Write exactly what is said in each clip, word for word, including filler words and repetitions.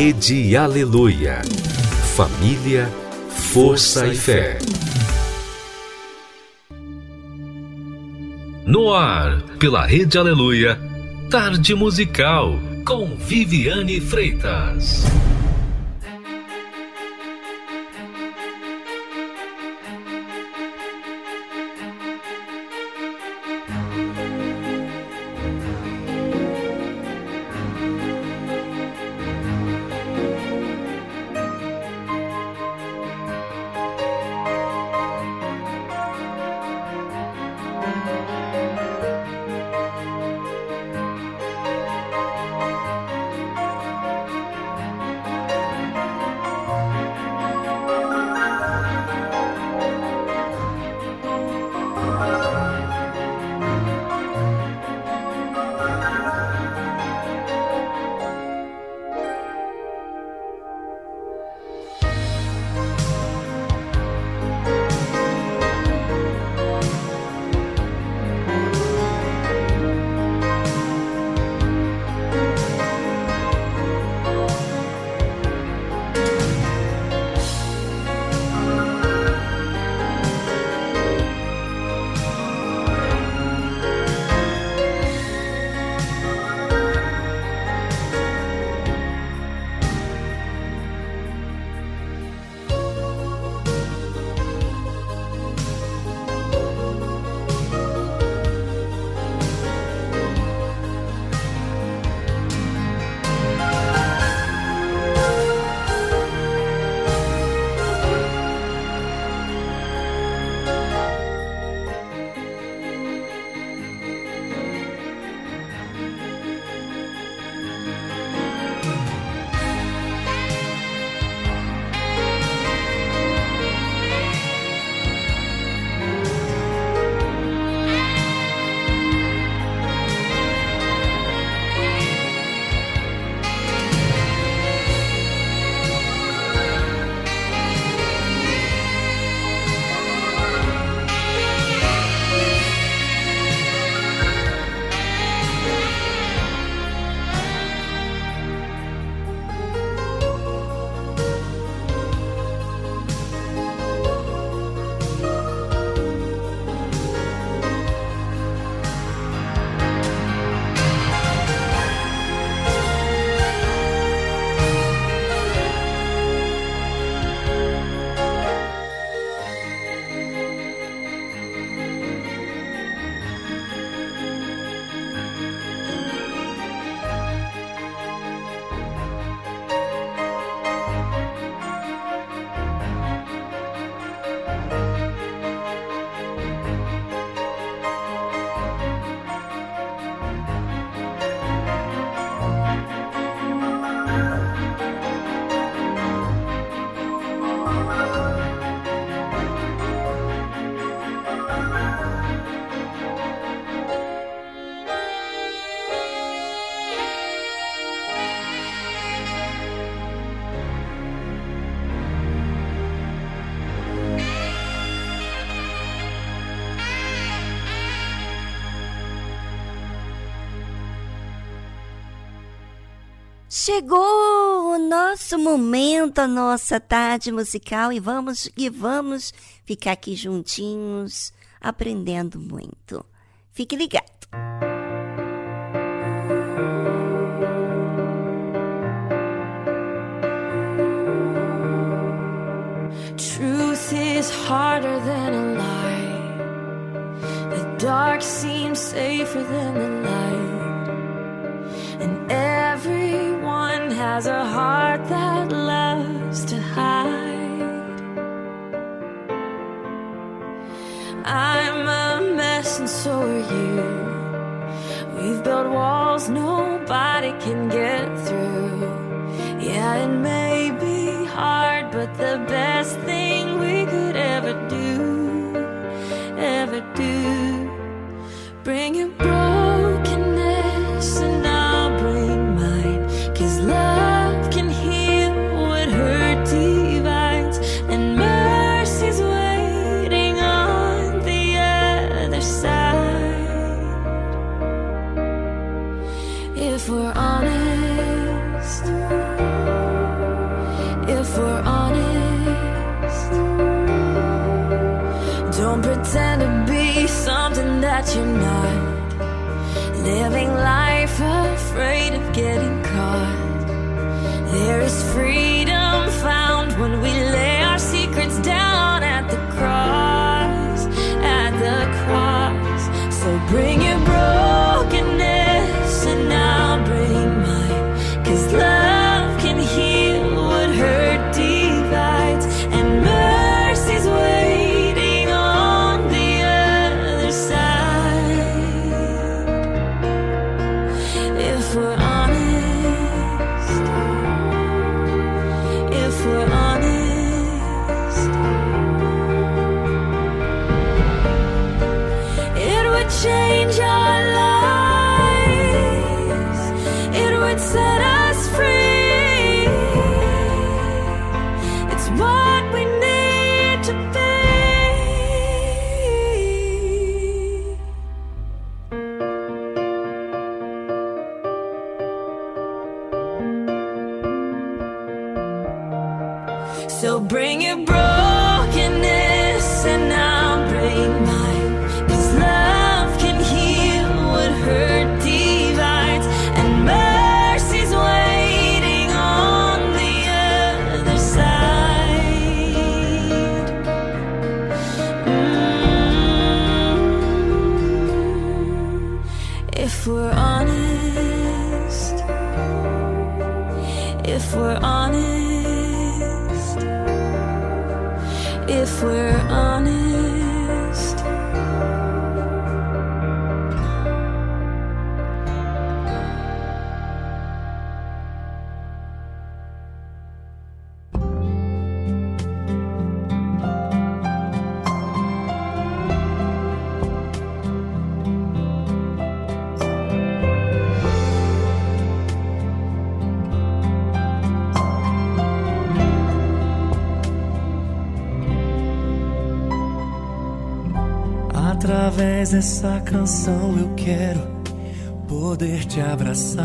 Rede Aleluia. Família, força e fé. No ar, pela Rede Aleluia, Tarde Musical, com Viviane Freitas. Chegou o nosso momento, a nossa tarde musical, e vamos e vamos ficar aqui juntinhos, aprendendo muito. Fique ligado. Truth is harder than a lie. The dark seems safer than the light. And everyone has a heart that loves to hide. I'm a mess and so are you. We've built walls nobody can get through. Yeah, it may be hard, but the best thing we could ever do, ever do. Bring your brokenness and I'll bring mine, 'cause love can heal what hurt divides, and mercy's waiting on the other side. If we're honest, caught. There is freedom found when we lay our secrets down at the cross, at the cross. So bring your brokenness and I'll bring mine, 'cause love can heal what hurt divides, and mercy's waiting on the other side. If we're honest, if we're honest, it would change our lives, it would set us free. It's what we need to be. So bring your brokenness and I'll bring mine, 'cause love can heal what hurt divides, and mercy's waiting on the other side. Mm. If we're honest, if we're honest, if we're honest. Através dessa canção eu quero poder te abraçar.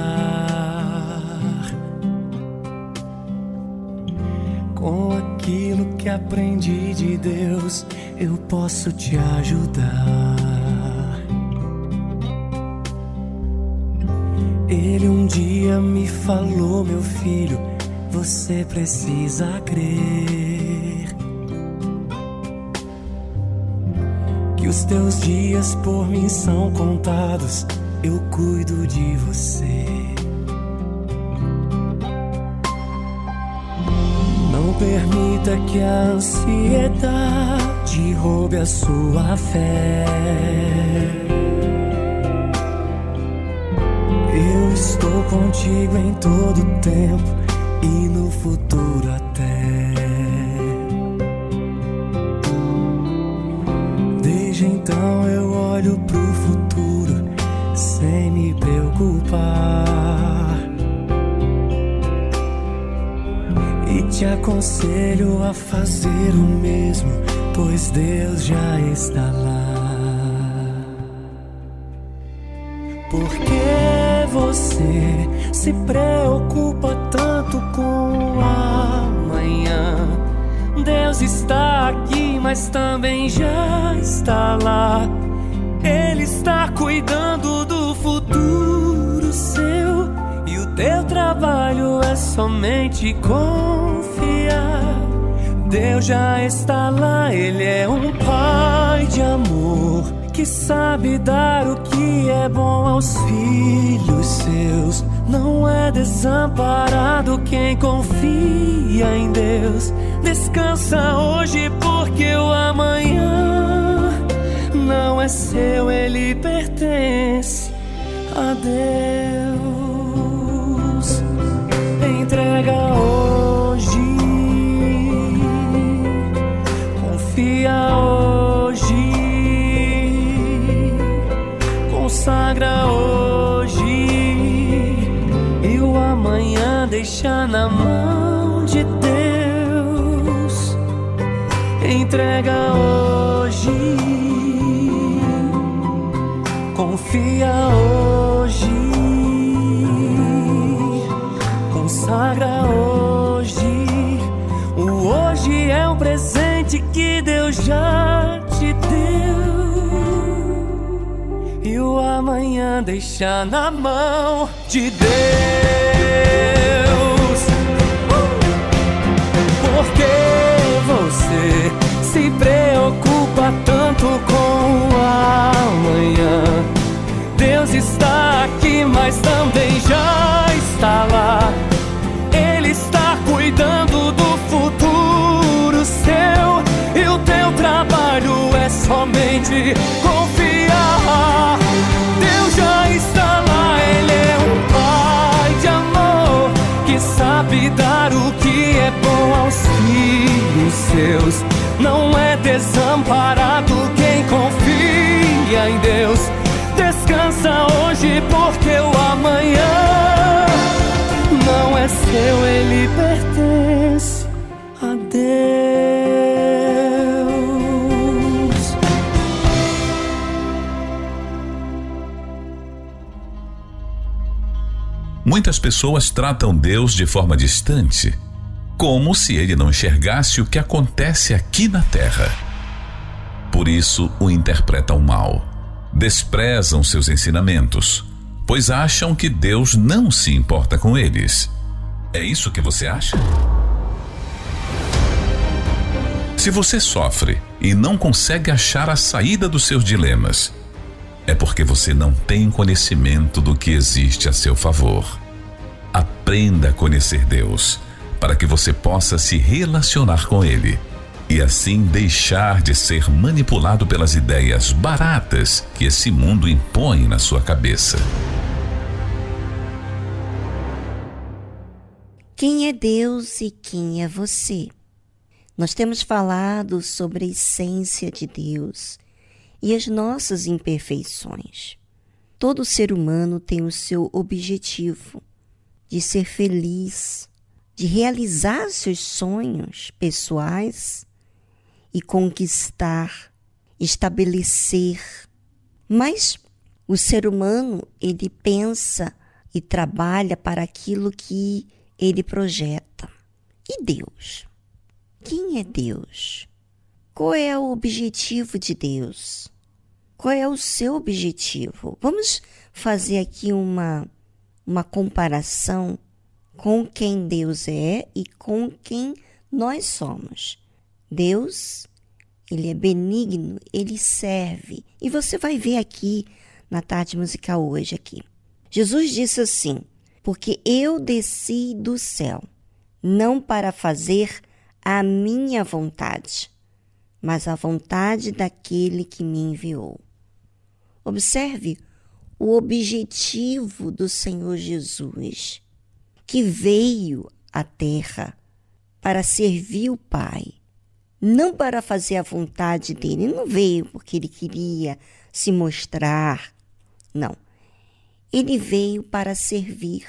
Com aquilo que aprendi de Deus, eu posso te ajudar. Ele um dia me falou, meu filho, você precisa crer que os teus dias por mim são contados, eu cuido de você. Não permita que a ansiedade roube a sua fé. Eu estou contigo em todo tempo e no futuro até. Então eu olho pro futuro sem me preocupar e te aconselho a fazer o mesmo, pois Deus já está lá. Por que você se preocupa tanto com amanhã? Deus está aqui, mas também já está lá. Ele está cuidando do futuro seu, e o teu trabalho é somente confiar. Deus já está lá, Ele é um pai de amor que sabe dar o que é bom aos filhos seus. Não é desamparado quem confia em Deus. Descansa hoje porque o amanhã não é seu, ele pertence a Deus. Entrega hoje, confia hoje, consagra hoje, e o amanhã deixa na mão de Deus. Entrega hoje, confia hoje, consagra hoje. O hoje é um presente que Deus já te deu, e o amanhã deixa na mão de Deus. cuidando do futuro seu, e o teu trabalho é somente confiar. Deus já está lá, Ele é um Pai de amor, que sabe dar o que é bom aos filhos seus. Não é desamparado quem confia em Deus. Descansa hoje, porque o amanhã não é seu, ele pertence a Deus. Muitas pessoas tratam Deus de forma distante, como se ele não enxergasse o que acontece aqui na terra. Por isso o interpretam mal, desprezam seus ensinamentos, pois acham que Deus não se importa com eles. É isso que você acha? Se você sofre e não consegue achar a saída dos seus dilemas, é porque você não tem conhecimento do que existe a seu favor. Aprenda a conhecer Deus, para que você possa se relacionar com Ele e assim deixar de ser manipulado pelas ideias baratas que esse mundo impõe na sua cabeça. Quem é Deus e quem é você? Nós temos falado sobre a essência de Deus e as nossas imperfeições. Todo ser humano tem o seu objetivo de ser feliz, de realizar seus sonhos pessoais e conquistar, estabelecer. Mas o ser humano, ele pensa e trabalha para aquilo que ele projeta. E Deus? Quem é Deus? Qual é o objetivo de Deus? Qual é o seu objetivo? Vamos fazer aqui uma, uma comparação com quem Deus é e com quem nós somos. Deus, ele é benigno, ele serve. E você vai ver aqui na tarde musical hoje aqui. Jesus disse assim: porque eu desci do céu, não para fazer a minha vontade, mas a vontade daquele que me enviou. Observe o objetivo do Senhor Jesus, que veio à terra para servir o Pai, não para fazer a vontade dele. Ele não veio porque ele queria se mostrar, não. Ele veio para servir.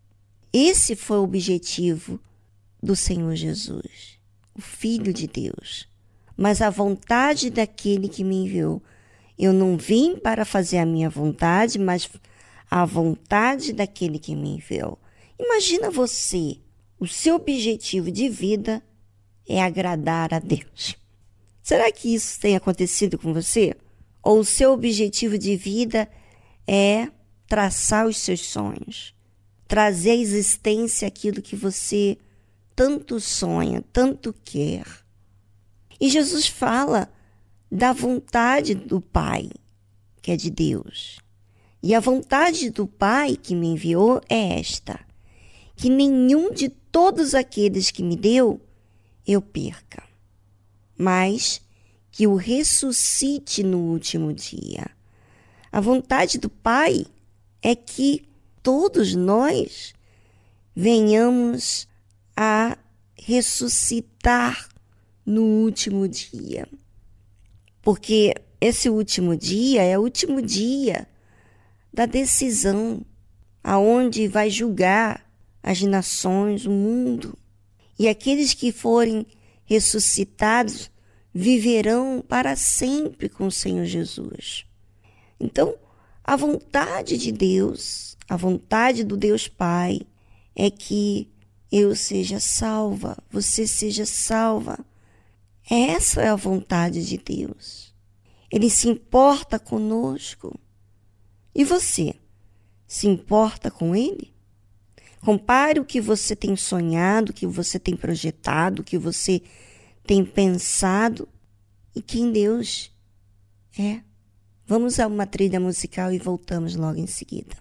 Esse foi o objetivo do Senhor Jesus, o Filho de Deus. Mas a vontade daquele que me enviou. Eu não vim para fazer a minha vontade, mas a vontade daquele que me enviou. Imagina você, o seu objetivo de vida é agradar a Deus. Será que isso tem acontecido com você? Ou o seu objetivo de vida é traçar os seus sonhos, trazer à existência aquilo que você tanto sonha, tanto quer? E Jesus fala da vontade do Pai, que é de Deus. E a vontade do Pai que me enviou é esta: que nenhum de todos aqueles que me deu eu perca, mas que o ressuscite no último dia. A vontade do Pai é que todos nós venhamos a ressuscitar no último dia. Porque esse último dia é o último dia da decisão, aonde vai julgar as nações, o mundo. E aqueles que forem ressuscitados viverão para sempre com o Senhor Jesus. Então, a vontade de Deus, a vontade do Deus Pai, é que eu seja salva, você seja salva. Essa é a vontade de Deus. Ele se importa conosco. E você, se importa com Ele? Compare o que você tem sonhado, o que você tem projetado, o que você tem pensado e quem Deus é. Vamos a uma trilha musical e voltamos logo em seguida.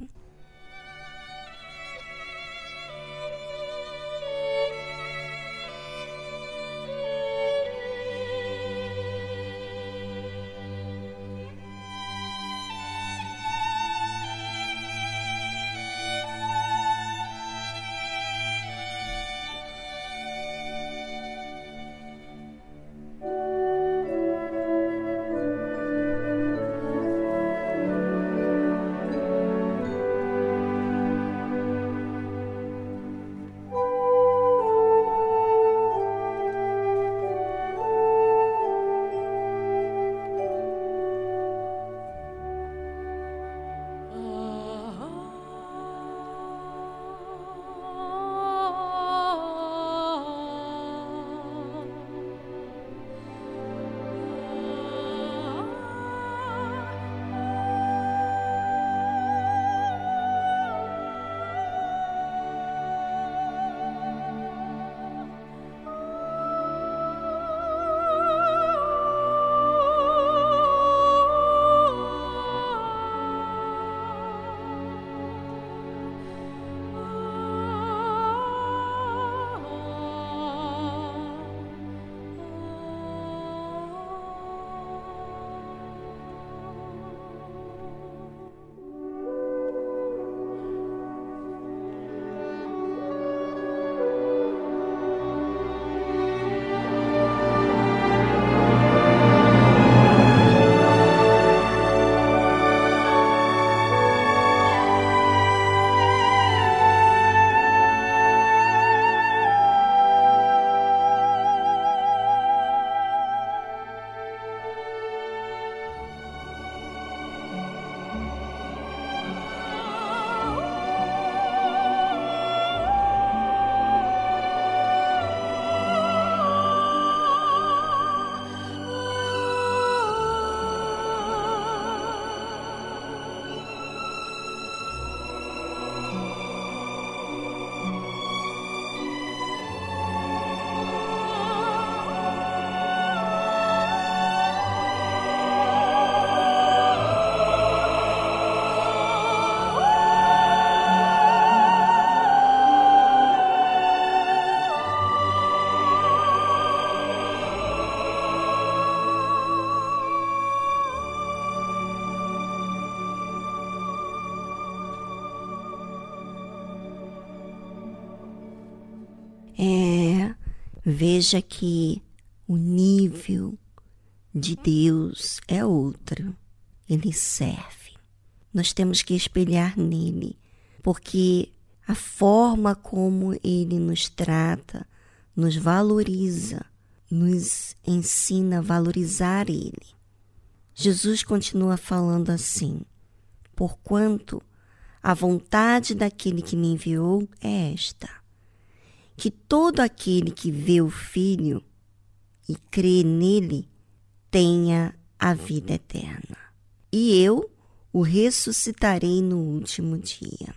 É, veja que o nível de Deus é outro. Ele serve. Nós temos que espelhar nele, porque a forma como ele nos trata, nos valoriza, nos ensina a valorizar ele. Jesus continua falando assim: porquanto a vontade daquele que me enviou é esta, que todo aquele que vê o Filho e crê nele tenha a vida eterna, e eu o ressuscitarei no último dia.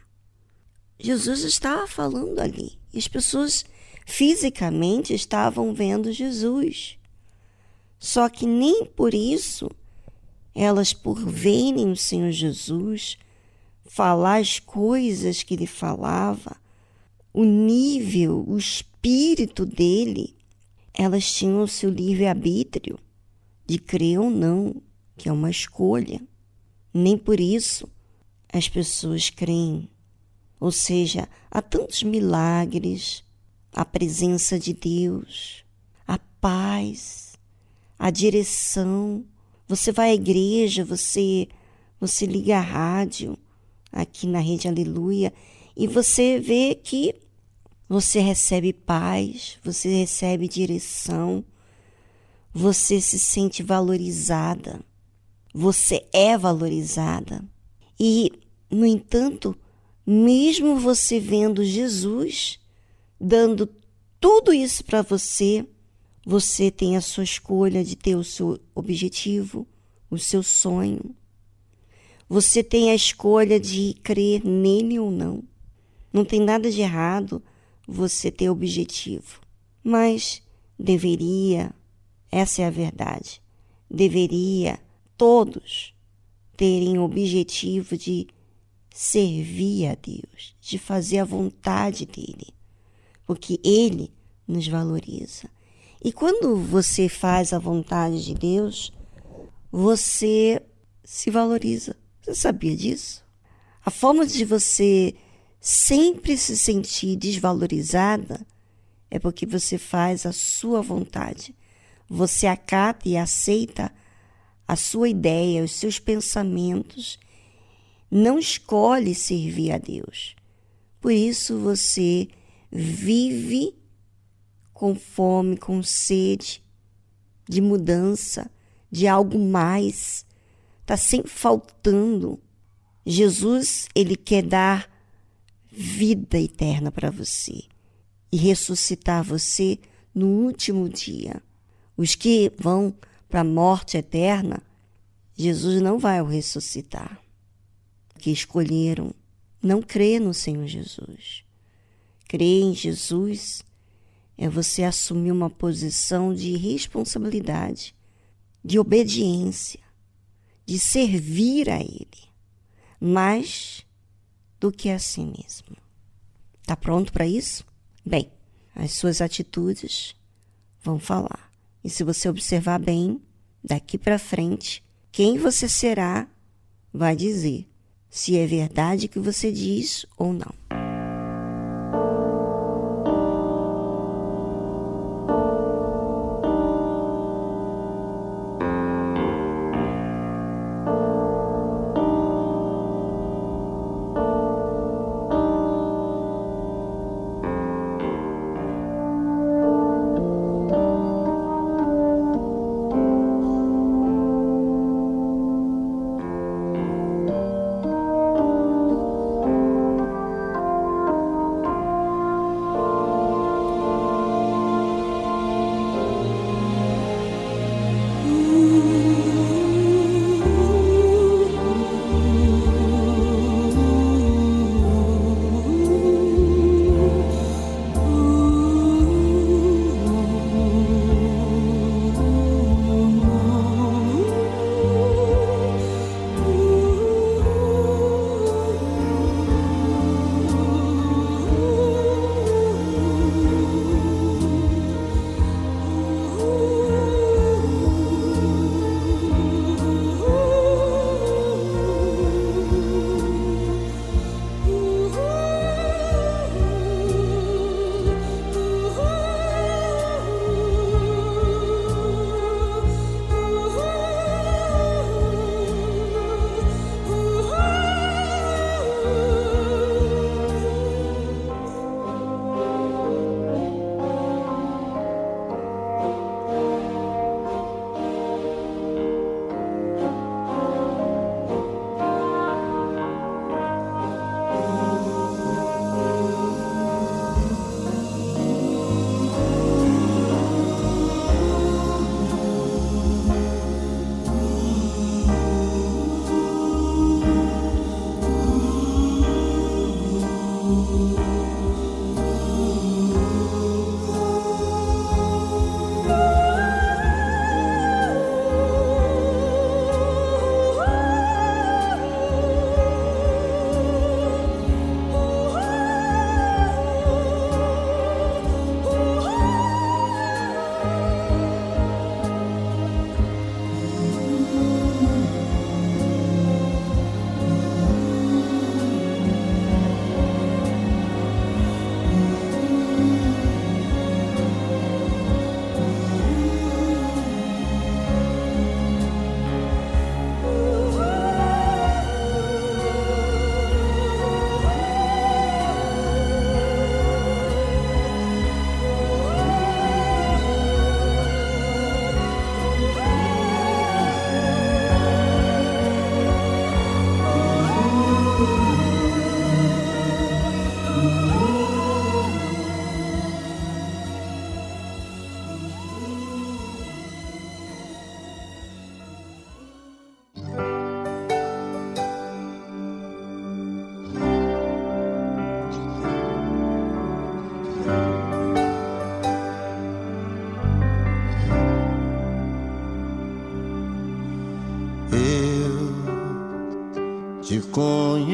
Jesus estava falando ali, e as pessoas fisicamente estavam vendo Jesus, só que nem por isso elas, por verem o Senhor Jesus falar as coisas que ele falava, o nível, o espírito dele, elas tinham o seu livre-arbítrio de crer ou não, que é uma escolha. Nem por isso as pessoas creem. Ou seja, há tantos milagres, a presença de Deus, a paz, a direção. Você vai à igreja, você, você liga a rádio aqui na Rede Aleluia e você vê que você recebe paz, você recebe direção, você se sente valorizada, você é valorizada. E, no entanto, mesmo você vendo Jesus dando tudo isso para você, você tem a sua escolha de ter o seu objetivo, o seu sonho. Você tem a escolha de crer nele ou não. Não tem nada de errado você ter objetivo. Mas deveria, essa é a verdade, deveria todos terem o objetivo de servir a Deus, de fazer a vontade dele, porque ele nos valoriza. E quando você faz a vontade de Deus, você se valoriza. Você sabia disso? A forma de você sempre se sentir desvalorizada é porque você faz a sua vontade. Você acata e aceita a sua ideia, os seus pensamentos. Não escolhe servir a Deus. Por isso você vive com fome, com sede de mudança, de algo mais. Está sempre faltando. Jesus, ele quer dar vida eterna para você e ressuscitar você no último dia. Os que vão para a morte eterna, Jesus não vai o ressuscitar. Que escolheram não crer no Senhor Jesus. Crer em Jesus é você assumir uma posição de responsabilidade, de obediência, de servir a Ele, mais do que a si mesmo. Está pronto para isso? Bem, as suas atitudes vão falar. E se você observar bem, daqui para frente, quem você será vai dizer se é verdade que você diz ou não.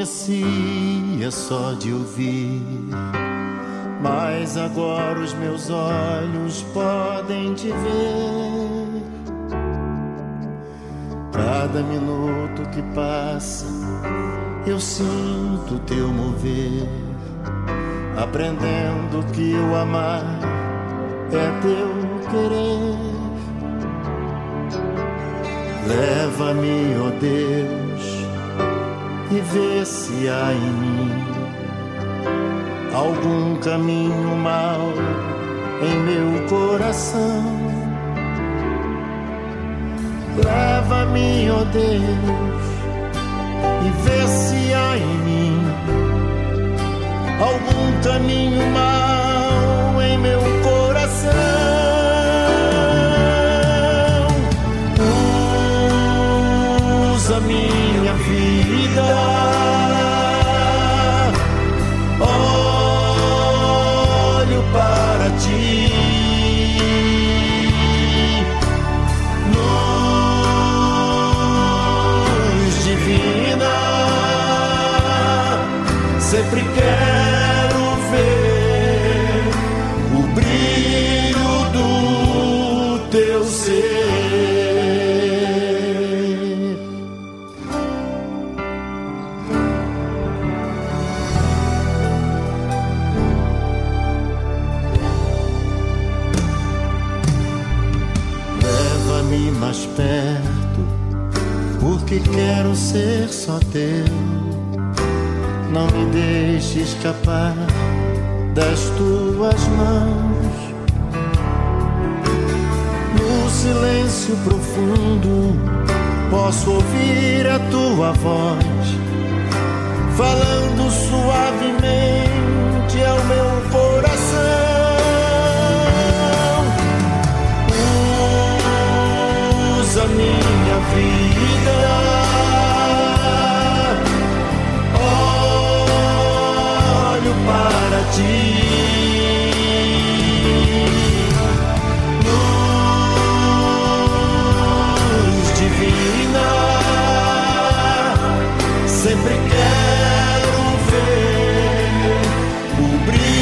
conhecia só de ouvir, mas agora os meus olhos podem te ver. Cada minuto que passa eu sinto teu mover, aprendendo que o amar é teu querer. Leva-me, ó Deus, e vê se há em mim algum caminho mau em meu coração. Leva-me, ó Deus, e vê se há em mim algum caminho mau em meu coração. Usa minha vida, olho para ti, luz divina, sempre quero ver o brilho do teu ser. Leva-me mais perto, porque quero ser só teu. Não me deixe escapar das tuas mãos. No silêncio profundo posso ouvir a tua voz, falando suavemente ao meu coração. Usa minha vida, para ti, luz divina, sempre quero ver o brilho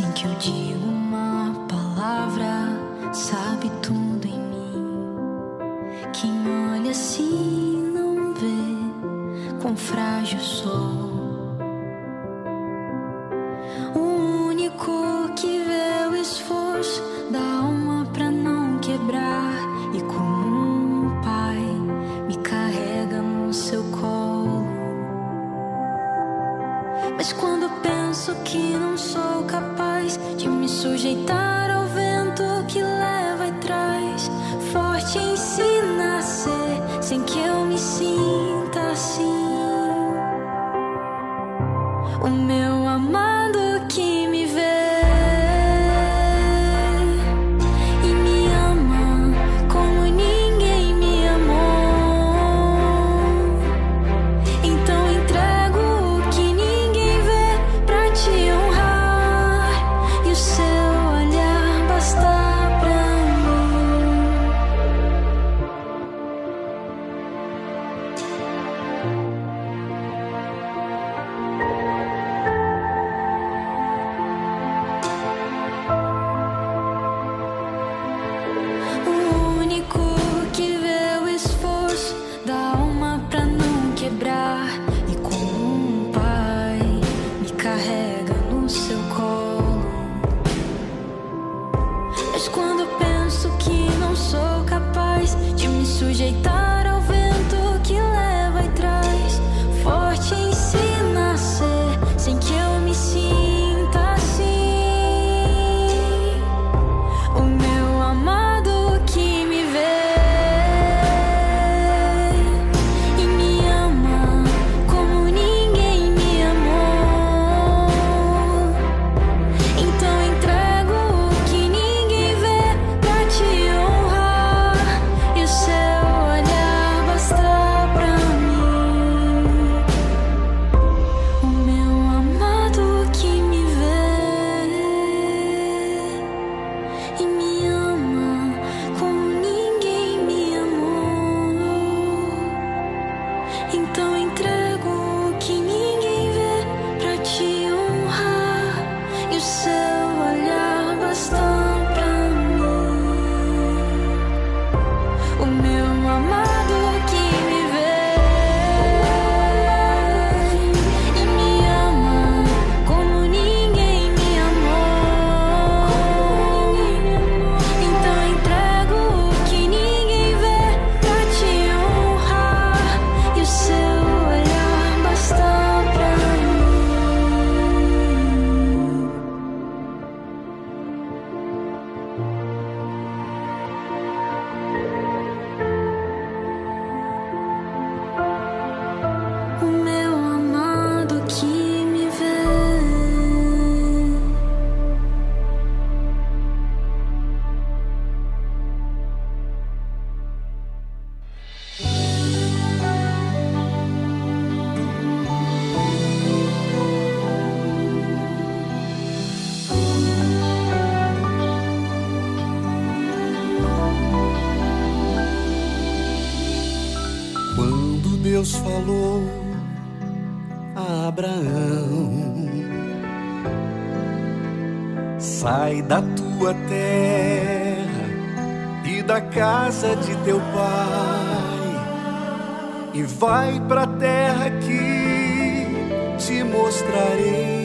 Sem que eu diga uma palavra, sabe tudo em mim. Quem olha assim não vê quão frágil sou. O único que vê o esforço da alma pra não quebrar. E como um pai me carrega no seu colo. Mas quando penso que não sou capaz de me sujeitar ao vento que leva e traz, forte ensina a ser sem que eu me sinta assim. O meu amado que me vê e me ama como ninguém me amou. Então entrego o que ninguém vê pra te honrar, e o seu olhar basta pra o único que vê o esforço da alma pra não quebrar. E como um pai me carrega no seu colo. Mas quando penso que não sou capaz de me sujeitar ao vento que leva e traz, forte ensina a ser sem que eu me sinta assim. O meu amado que me vê e me ama como ninguém me amou. Então entrego o que ninguém vê pra te honrar, e o seu olhar basta pra mim. O meu amado que me vê e me ama como ninguém me amou. Então entrego o que ninguém vê pra te honrar, e o seu olhar basta pra mim. O meu amado que me vê e me ama como ninguém me amou. Então entrego o que ninguém vê pra te honrar, e o seu olhar basta pra mim. O meu amado que me vê. Quando Deus falou a Abraão: sai da tua terra e da casa de teu pai e vai pra terra que te mostrarei.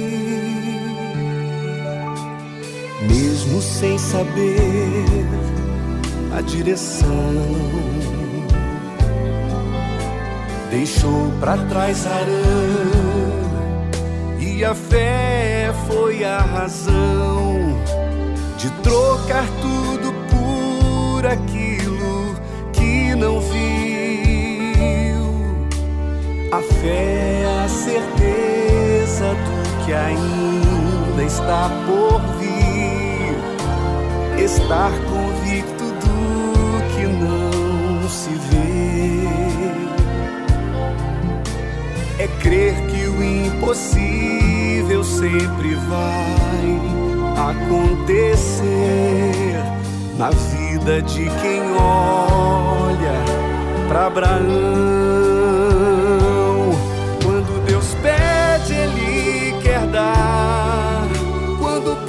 Mesmo sem saber a direção, deixou pra trás Harã, e a fé foi a razão de trocar tudo por aquilo que não viu. A fé é a certeza do que ainda está por vir, estar convicto do que não se vê. É crer que o impossível sempre vai acontecer na vida de quem olha pra Abraão. Quando Deus pede, Ele quer dar. Quando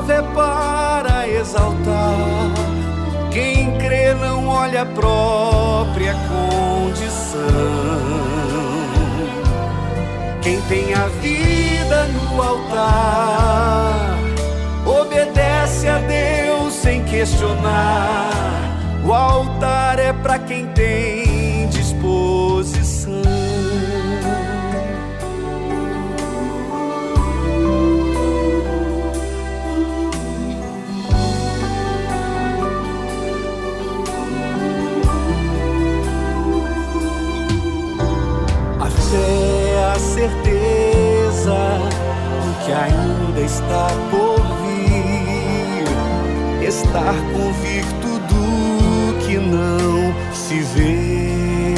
prova é para exaltar. Quem crê não olha a própria condição. Quem tem a vida no altar obedece a Deus sem questionar. O altar é para quem tem disposição. A fé é a certeza do que ainda está por vir, estar convicto do que não se vê,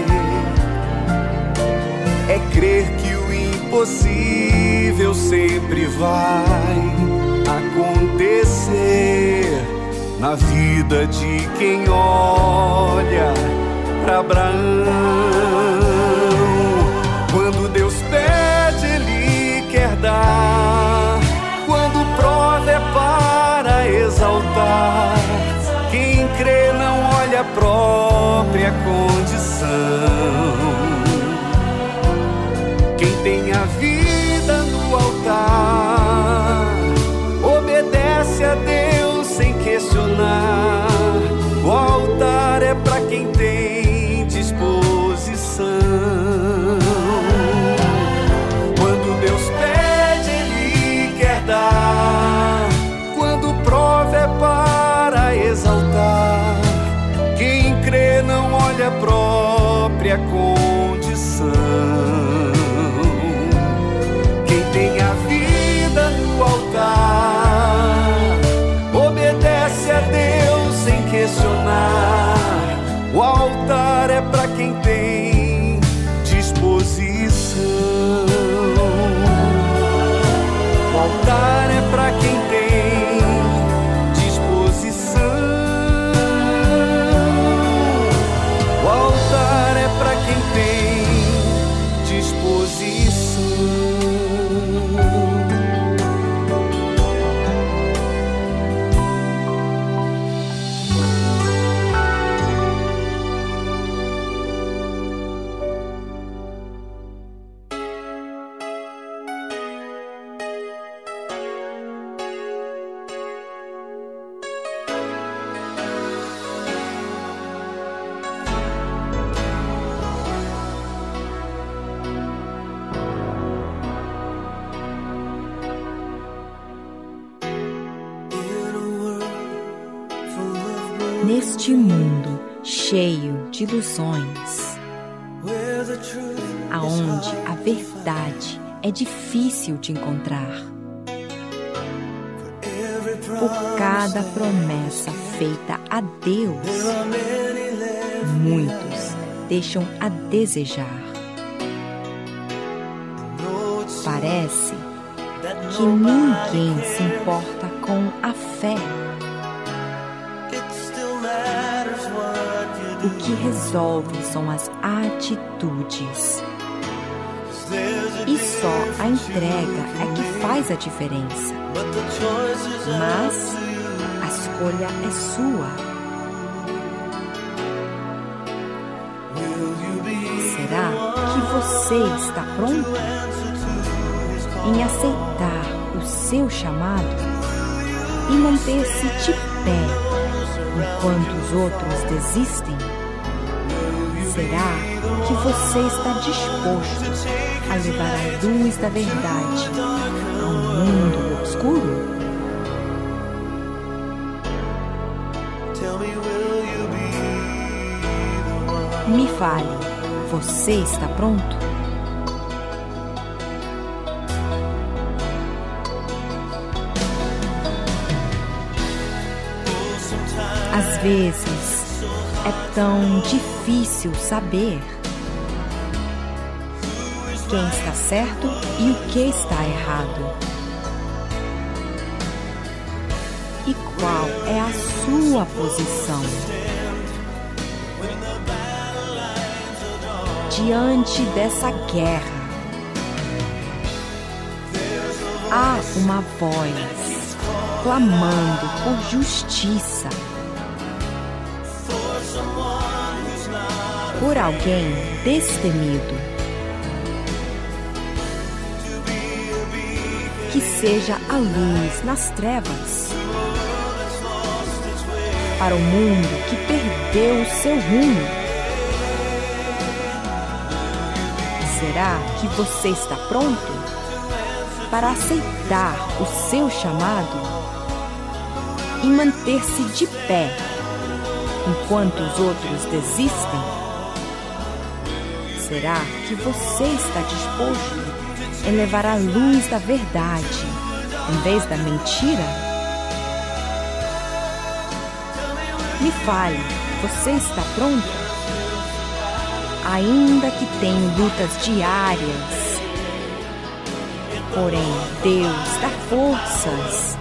é crer que o impossível sempre vai acontecer na vida de quem olha para Abraão. Quando Deus pede, Ele quer dar. Quando prova é para exaltar. Quem crê não olha a própria condição. Quem tem a vida no altar obedece a Deus sem questionar. O altar é para quem tem disposição. Quando Deus pede, Ele quer dar. Quando prova é para exaltar. Quem crê não olha a própria condição. Quem tem a vida no altar obedece a Deus sem questionar. O altar é para quem tem disposição. O altar é para quem tem disposição. O altar é para quem tem disposição. Neste mundo cheio de ilusões, aonde a verdade é difícil de encontrar, por cada promessa feita a Deus, muitos deixam a desejar. Parece que ninguém se importa com a fé. O que resolve são as atitudes. E só a entrega é que faz a diferença. Mas a escolha é sua. Será que você está pronto em aceitar o seu chamado e manter-se de pé enquanto os outros desistem? Será que você está disposto a levar a luz da verdade ao mundo obscuro? Me fale, você está pronto? Às vezes é tão difícil saber quem está certo e o que está errado. E qual é a sua posição diante dessa guerra? Há uma voz clamando por justiça, por alguém destemido, que seja a luz nas trevas, para o mundo que perdeu o seu rumo. Será que você está pronto para aceitar o seu chamado e manter-se de pé enquanto os outros desistem? Será que você está disposto em levar a luz da verdade em vez da mentira? Me fale, você está pronto? Ainda que tenha lutas diárias, porém Deus dá forças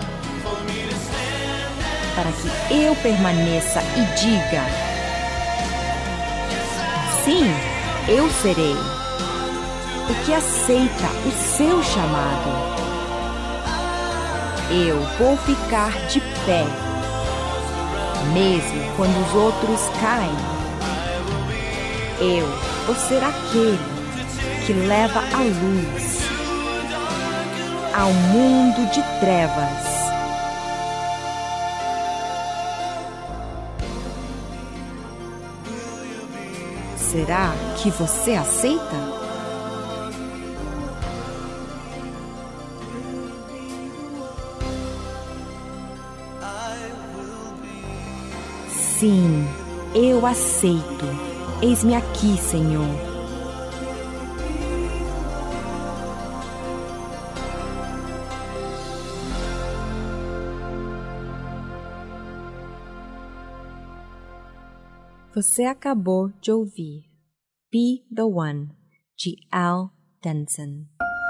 para que eu permaneça e diga: sim, eu serei o que aceita o seu chamado. Eu vou ficar de pé, mesmo quando os outros caem. Eu vou ser aquele que leva a luz ao mundo de trevas. Será que você aceita? Sim, eu aceito. Eis-me aqui, Senhor. Você acabou de ouvir Be the One, de Al Denson.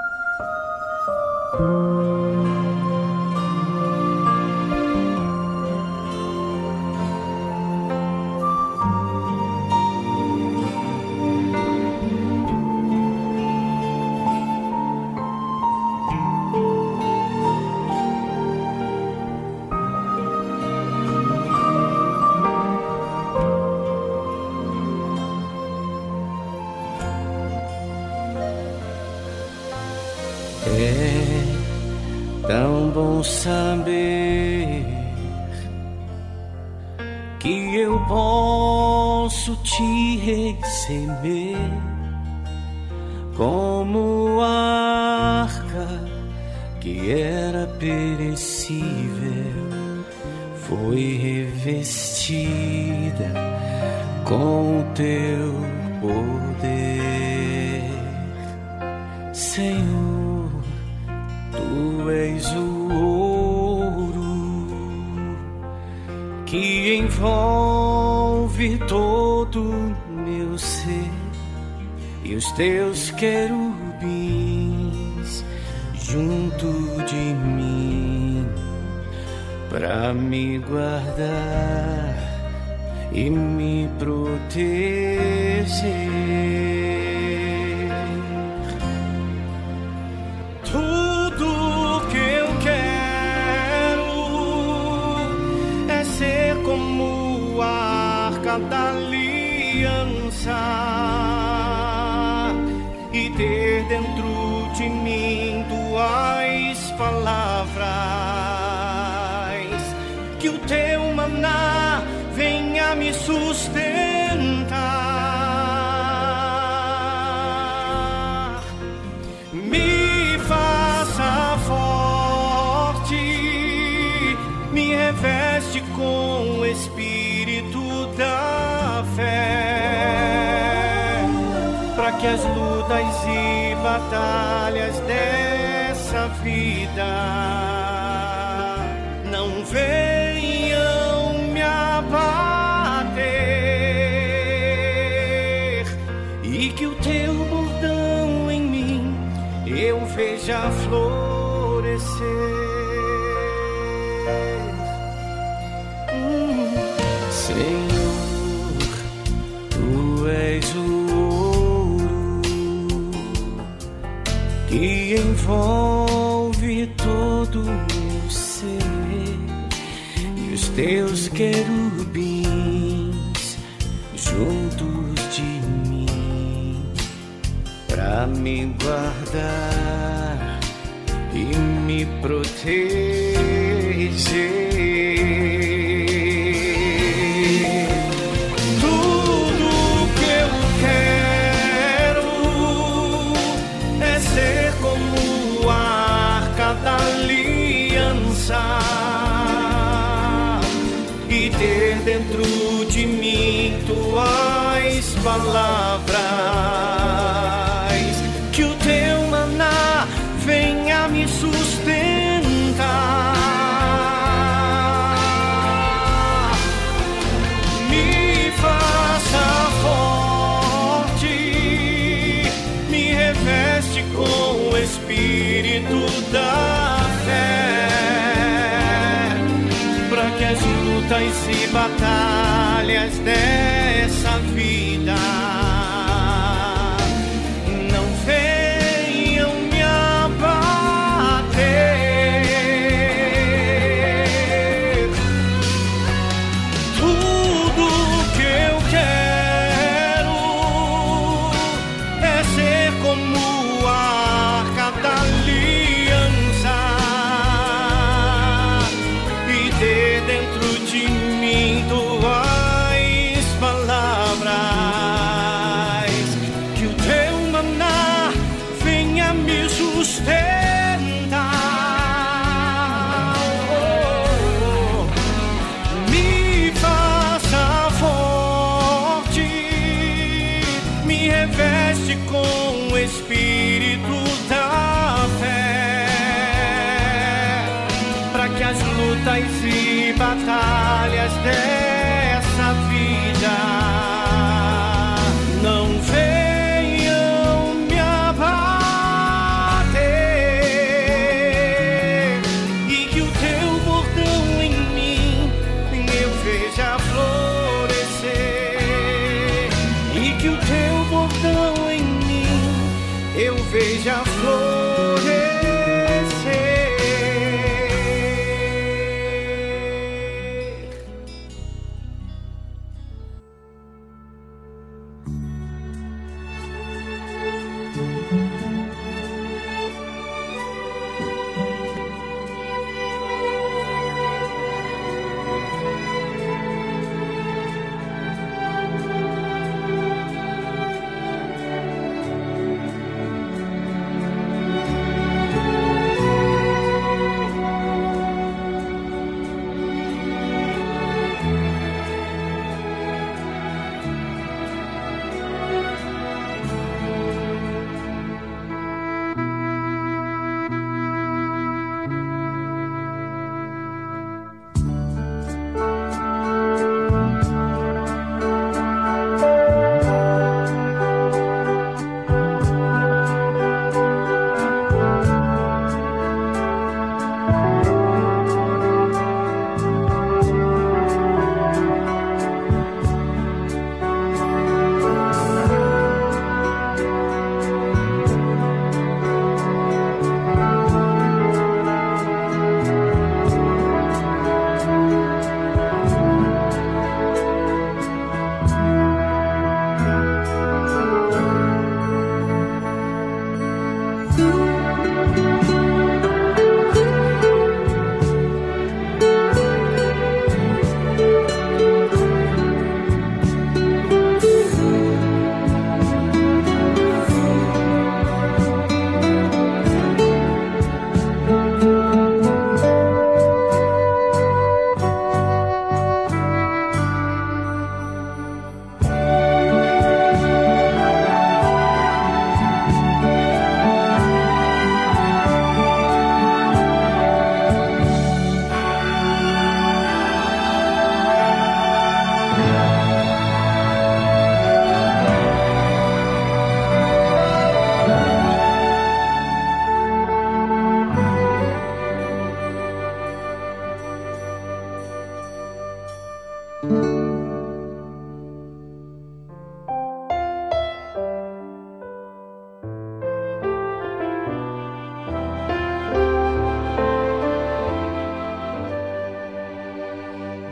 Tão bom saber que eu posso te receber como arca que era perecível, foi revestida com o teu poder, Senhor. Tu és o ouro que envolve todo meu ser, e os teus querubins junto de mim pra me guardar e me proteger. Como a arca da aliança e ter dentro de mim tuas palavras, que o teu maná venha me sustentar, me faça forte, me reveste com o espírito da fé, para que as lutas e batalhas dessa vida não venham me abater, e que o teu bordão em mim eu veja florescer. Senhor, tu és o ouro que envolve todo o meu ser, teus querubins juntos de mim, pra me guardar e me proteger. Tudo que eu quero é ser como a arca da aliança e ter dentro de mim tuas palavras, que o teu maná venha me sustentar, me faça forte, me reveste com o espírito da fé, para que as lutas e batalhas dessa vida não venham me abater. Tudo que eu quero é ser como a arca da aliança e ter dentro de mim tuas palavras, que o teu maná venha me sustentar. Oh, me faça forte, me reveste com o espírito da fé, para que as lutas e batalhas dessa vida não venham me abater, e que o teu bordão em mim eu veja florescer, e que o teu bordão em mim eu veja florescer.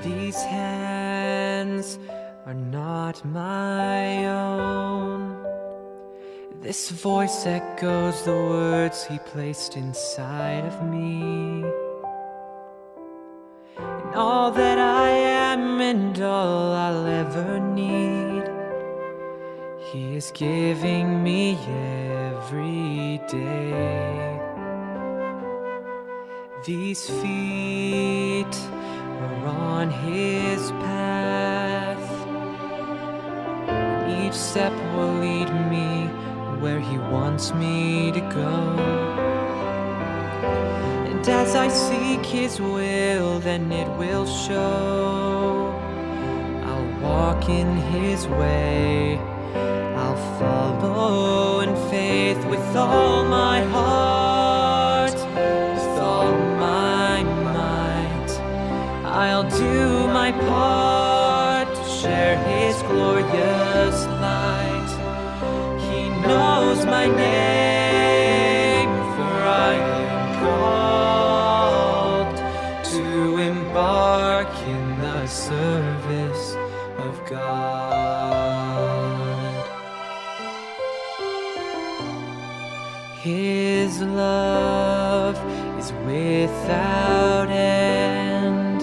These hands are not my own. This voice echoes the words he placed inside of me. And all that I am and all I'll ever need, he is giving me every day. These feet are on his path, and each step will lead me where he wants me to go. And as I seek his will, then it will show. I'll walk in his way, I'll follow in faith with all my heart, with all my might. I'll do my part to share his glorious light. He knows my name, for I am called to embark in the service of God. His love is without end,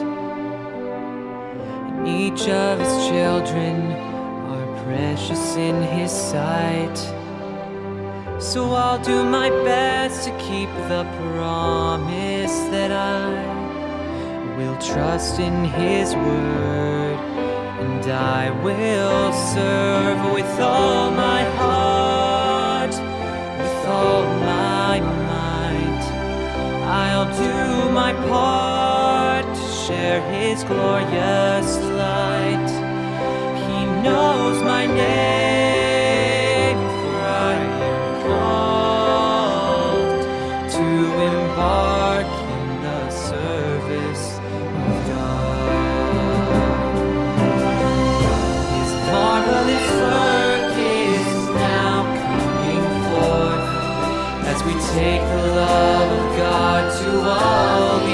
and each of his children are precious in his sight. So I'll do my best to keep the promise that I will trust in his word, and I will serve with all my heart, with all my might. I'll do my part to share his glorious light. He knows my name, for I am called to embark in the service of God. His marvelous work is now coming forth as we take the love of God to all the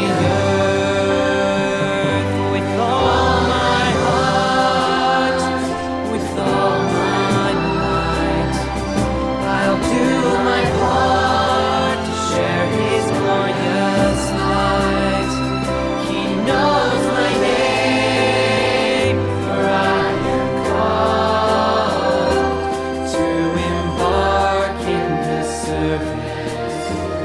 earth. With all my heart, with all my might, I'll do my part to share his glorious light. He knows my name, for I am called to embark in the service.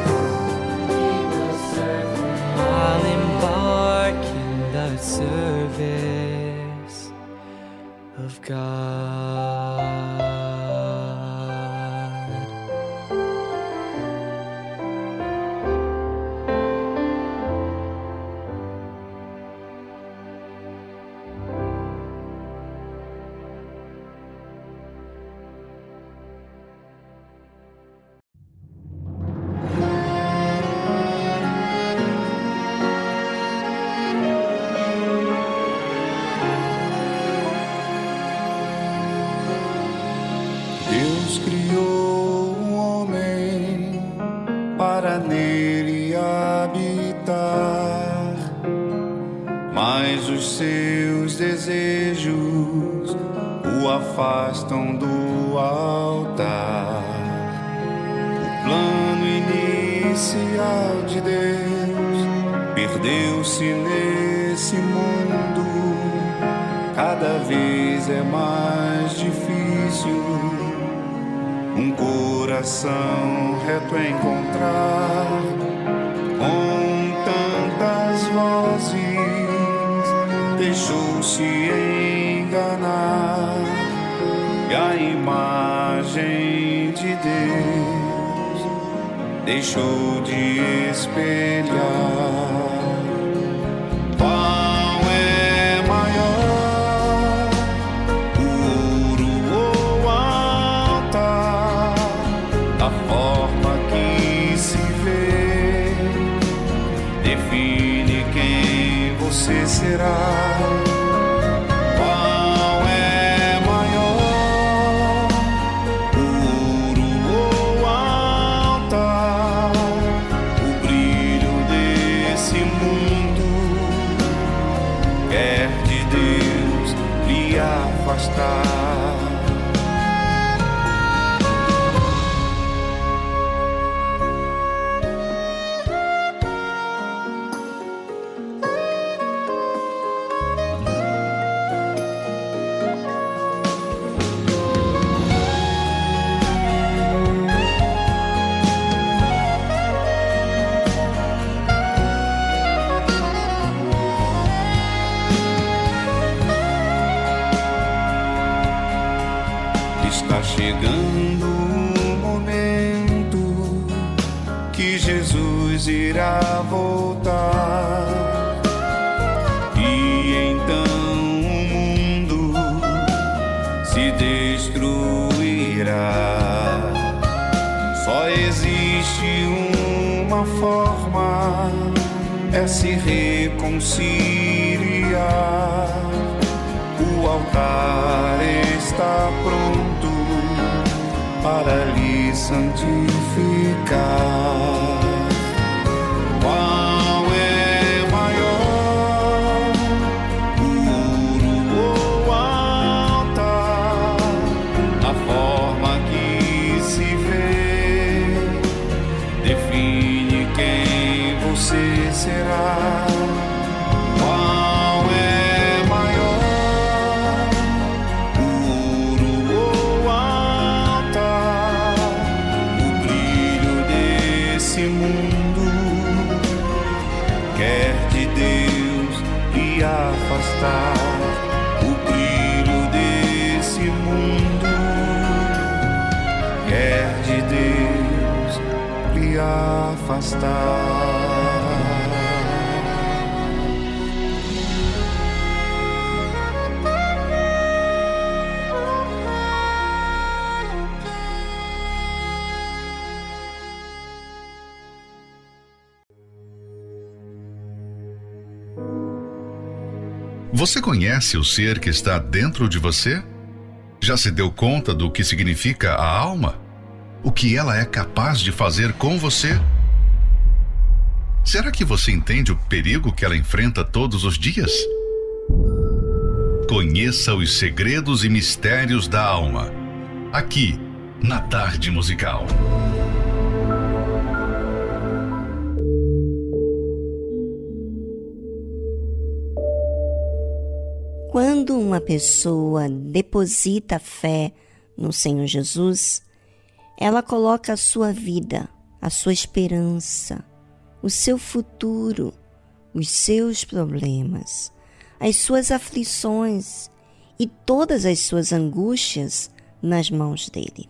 I'll embark in the service of God. Deus criou o homem para nele habitar, mas os seus desejos o afastam do altar. O plano inicial de Deus perdeu-se nesse mundo. Cada vez é mais difícil um coração reto encontrar. Com tantas vozes deixou-se enganar, e a imagem de Deus deixou de espelhar. Qual é maior, o ouro ou a altar? A forma que se vê define quem você será. Qual é maior, o ouro ou a altar? O brilho desse mundo quer Deus lhe afastar. Está chegando o momento que Jesus irá voltar, e então o mundo se destruirá. Só existe uma forma, é se reconciliar. O altar está pronto para lhe santificar. Qual é maior, puro ou altar? A forma que se vê define quem você será. Qual é maior, puro ou altar? O brilho desse mundo quer de Deus lhe afastar. O brilho desse mundo quer de Deus lhe afastar. Você conhece o ser que está dentro de você? Já se deu conta do que significa a alma? O que ela é capaz de fazer com você? Será que você entende o perigo que ela enfrenta todos os dias? Conheça os segredos e mistérios da alma, aqui na Tarde Musical. Quando uma pessoa deposita fé no Senhor Jesus, ela coloca a sua vida, a sua esperança, o seu futuro, os seus problemas, as suas aflições e todas as suas angústias nas mãos dele.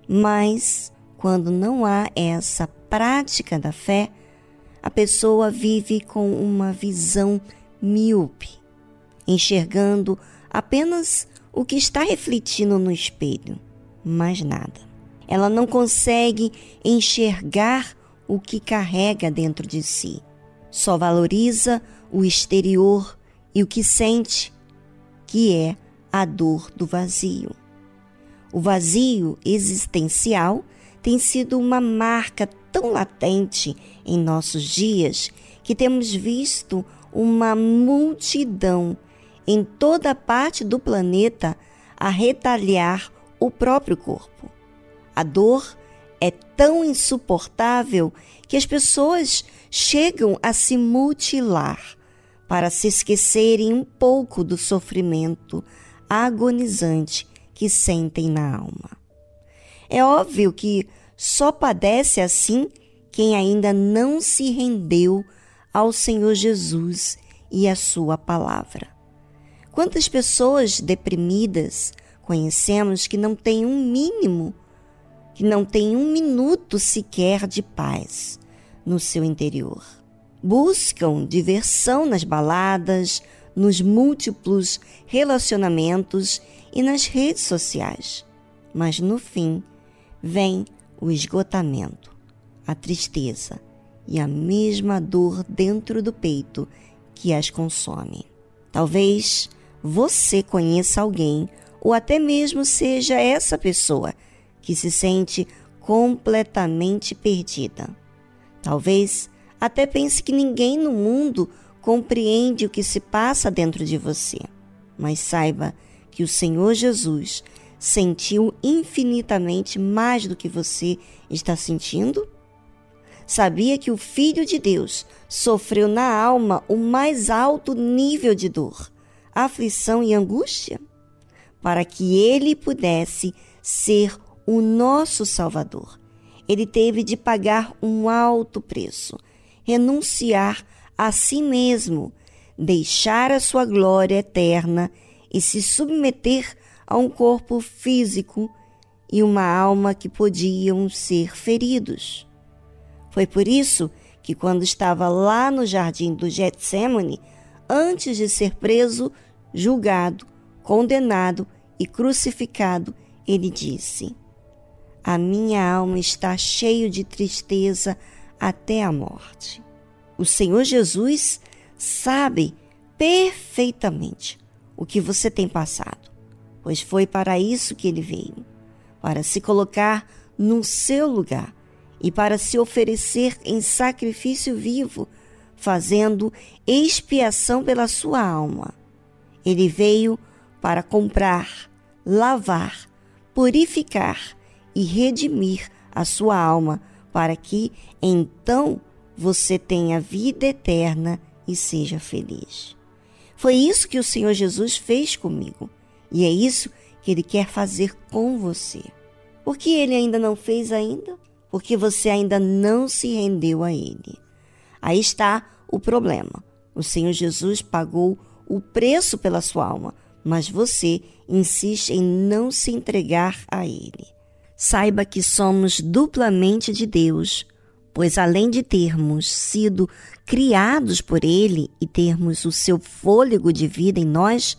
Mas, quando não há essa prática da fé, a pessoa vive com uma visão míope, enxergando apenas o que está refletindo no espelho, mais nada. Ela não consegue enxergar o que carrega dentro de si. Só valoriza o exterior e o que sente, que é a dor do vazio. O vazio existencial tem sido uma marca tão latente em nossos dias que temos visto uma multidão em toda parte do planeta a retalhar o próprio corpo. A dor é tão insuportável que as pessoas chegam a se mutilar para se esquecerem um pouco do sofrimento agonizante que sentem na alma. É óbvio que só padece assim quem ainda não se rendeu ao Senhor Jesus e à sua palavra. Quantas pessoas deprimidas conhecemos que não têm um mínimo, que não têm um minuto sequer de paz no seu interior? Buscam diversão nas baladas, nos múltiplos relacionamentos e nas redes sociais. Mas no fim, vem o esgotamento, a tristeza e a mesma dor dentro do peito que as consome. Talvez você conheça alguém, ou até mesmo seja essa pessoa que se sente completamente perdida. Talvez até pense que ninguém no mundo compreende o que se passa dentro de você. Mas saiba que o Senhor Jesus sentiu infinitamente mais do que você está sentindo? Sabia que o Filho de Deus sofreu na alma o mais alto nível de dor, aflição e angústia? Para que ele pudesse ser o nosso Salvador, ele teve de pagar um alto preço, renunciar a si mesmo, deixar a sua glória eterna e se submeter a um corpo físico e uma alma que podiam ser feridos. Foi por isso que, quando estava lá no jardim do Getsêmani, antes de ser preso, julgado, condenado e crucificado, ele disse: a minha alma está cheia de tristeza até a morte. O Senhor Jesus sabe perfeitamente o que você tem passado, pois foi para isso que ele veio, para se colocar no seu lugar e para se oferecer em sacrifício vivo, fazendo expiação pela sua alma. Ele veio para comprar, lavar, purificar e redimir a sua alma, para que então você tenha vida eterna e seja feliz. Foi isso que o Senhor Jesus fez comigo, e é isso que Ele quer fazer com você. Por que Ele ainda não fez ainda? Porque você ainda não se rendeu a Ele. Aí está o problema. O Senhor Jesus pagou o preço pela sua alma, mas você insiste em não se entregar a Ele. Saiba que somos duplamente de Deus, pois além de termos sido criados por Ele e termos o seu fôlego de vida em nós,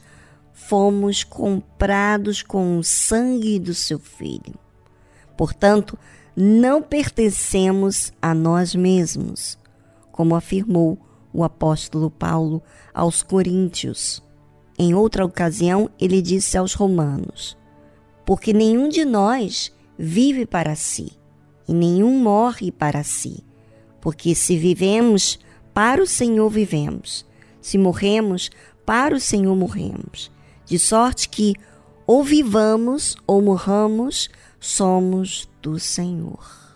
fomos comprados com o sangue do seu Filho. Portanto, não pertencemos a nós mesmos, como afirmou o apóstolo Paulo aos Coríntios. Em outra ocasião, ele disse aos romanos: porque nenhum de nós vive para si, e nenhum morre para si. Porque se vivemos, para o Senhor vivemos. Se morremos, para o Senhor morremos. De sorte que, ou vivamos ou morramos, somos do Senhor.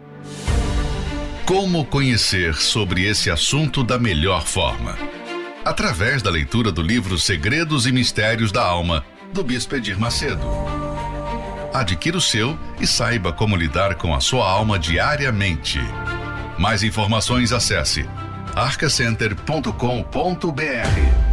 Como conhecer sobre esse assunto da melhor forma? Através da leitura do livro Segredos e Mistérios da Alma, do Bispo Edir Macedo. Adquira o seu e saiba como lidar com a sua alma diariamente. Mais informações, acesse arca center ponto com ponto b r.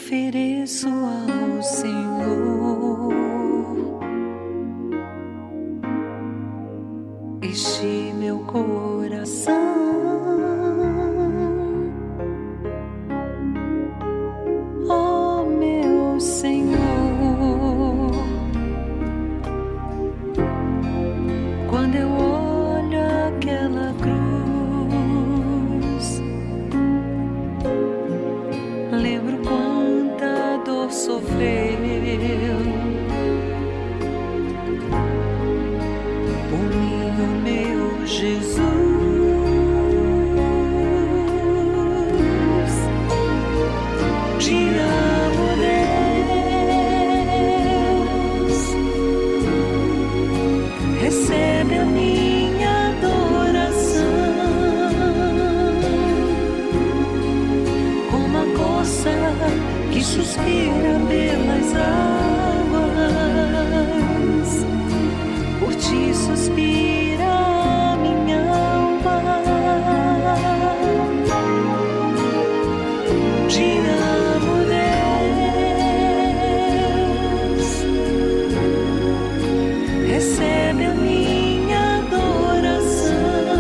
ofereço ao Senhor este meu coração. Oh, meu Senhor, quando eu olho aquela cruz, lembro quanta dor sofreu por mim, o meu Jesus. Te amo, Deus, recebe a minha adoração, como a corça que suspira pelas águas, por ti suspira a minha alma. Te amo, Deus, recebe a minha adoração,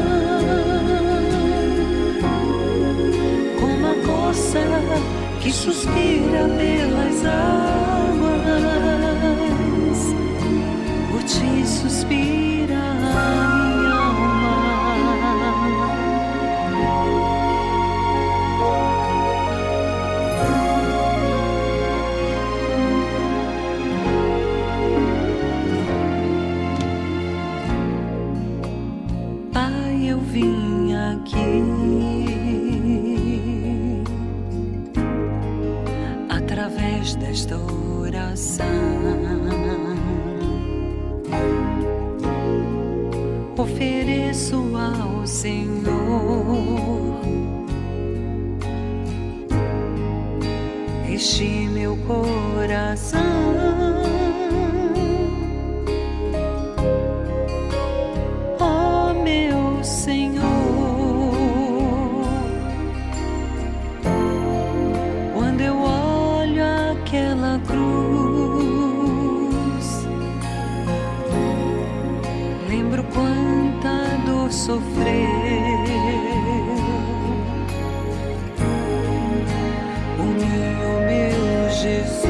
como a corça que suspira pelas águas, por ti suspira a minha alma. Pai, eu vim aqui através desta oração ofereço ao Senhor este meu coração. Oh, meu Senhor, quando eu olho aquela cruz, lembro quanta dor sofreu por mim, o meu Jesus.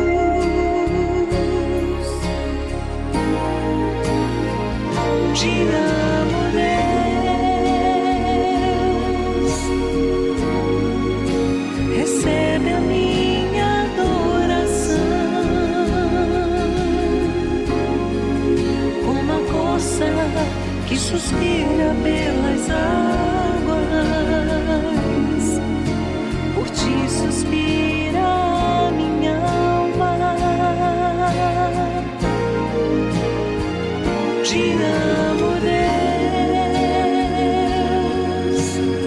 Te amo, Deus, recebe a minha adoração, como a corça que suspira pelas águas, por ti suspira a minha alma. Te amo, Deus,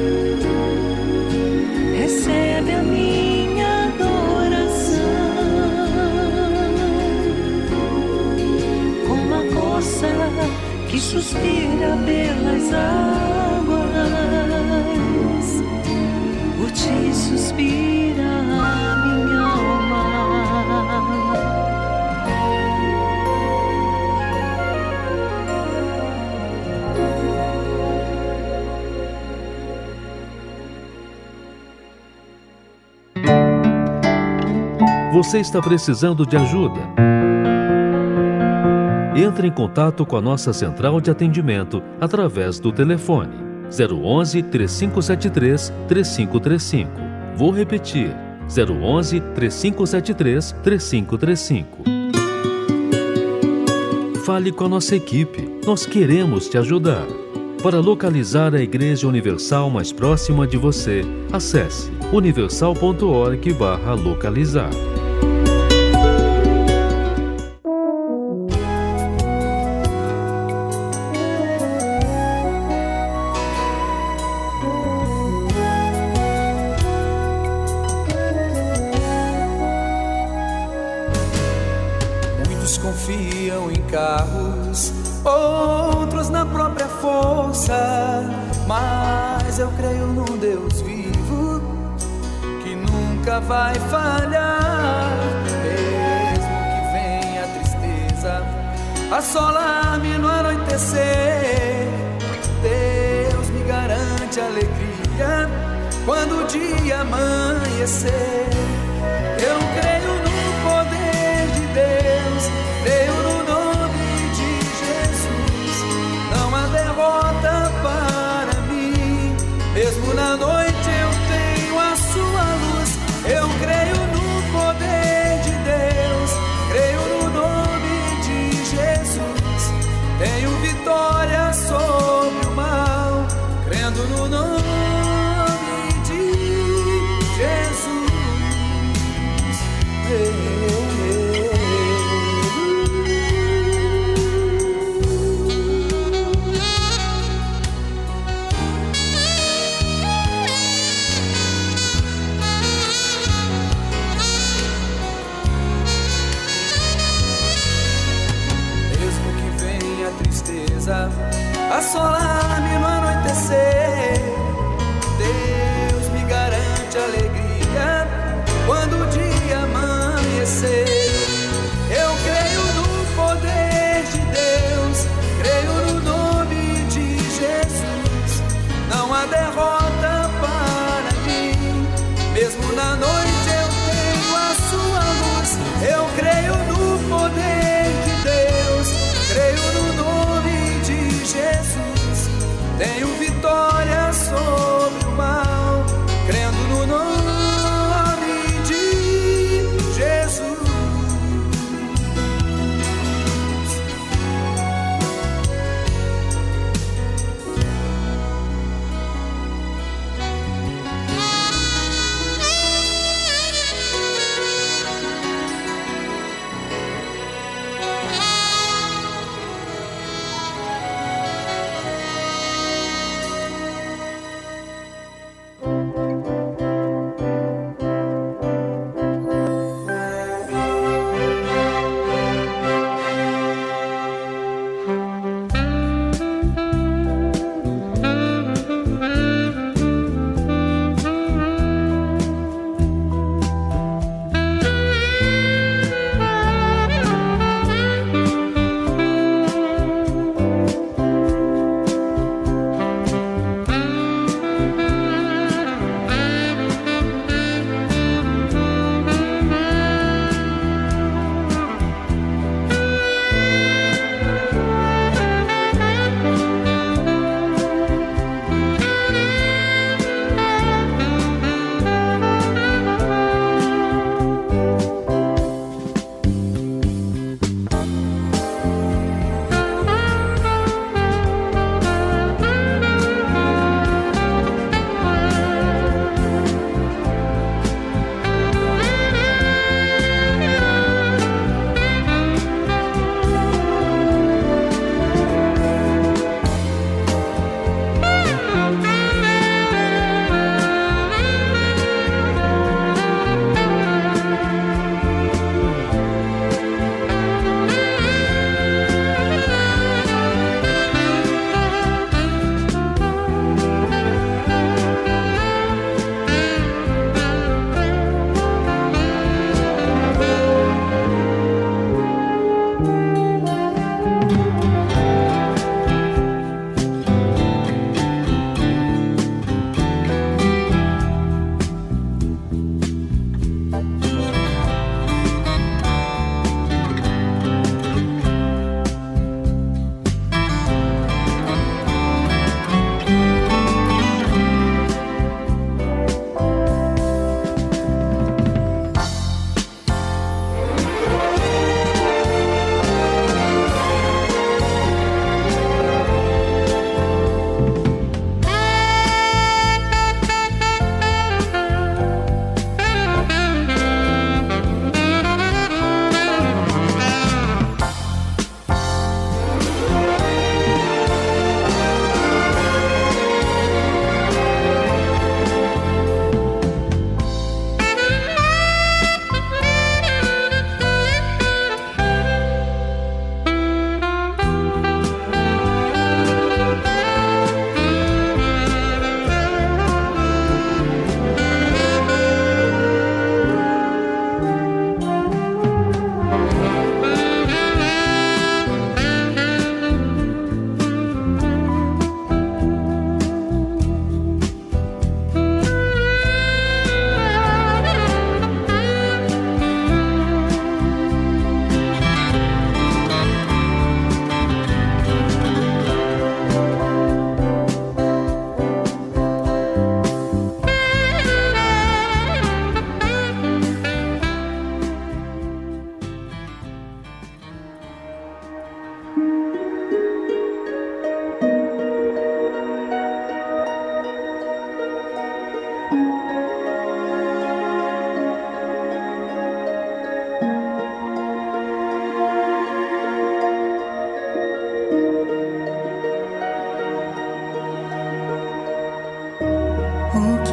recebe a minha adoração, como a corça que suspira pelas águas, por ti suspira a minha alma. Você está precisando de ajuda? Entre em contato com a nossa central de atendimento através do telefone zero onze, três cinco sete três, três cinco três cinco. Vou repetir, zero onze, três cinco sete três, três cinco três cinco. Fale com a nossa equipe, nós queremos te ajudar. Para localizar a Igreja Universal mais próxima de você, acesse universal ponto org barra localizar. Muitos confiam em carros, outros na própria força, mas eu creio num Deus vivo que nunca nunca vai falhar. Mesmo que venha a tristeza assolar-me no anoitecer, Deus me garante alegria quando o dia amanhecer. Eu creio no poder de Deus, creio no nome de Jesus. Não há derrota para mim, mesmo na noite eu tenho a sua luz. Eu creio no poder de Deus, creio no nome de Jesus. Tenho vitória sobre o mal, crendo no nome de Jesus. Assolar-me no anoitecer, Deus me garante alegria quando o dia amanhecer.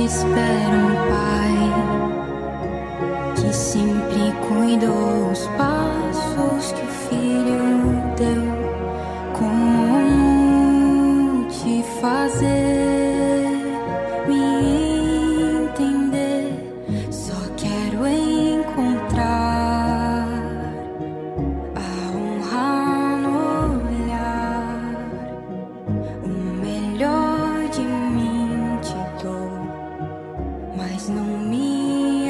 que espera um pai que sempre cuidou os passos que o filho deu. Como te fazer me entender? Só quero encontrar a honra no olhar. O melhor de mim te dou, mas não me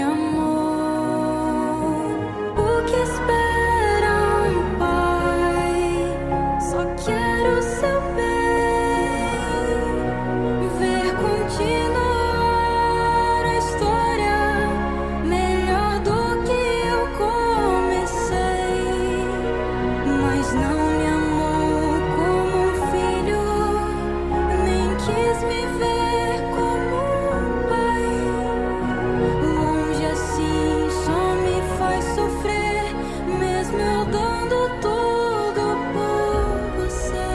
amou. O que espera um pai? Só quero seu bem, ver continuar a história melhor do que eu comecei. Mas não me amou como um filho, nem quis me ver como um pai. Longe assim só me faz sofrer, mesmo eu dando tudo por você.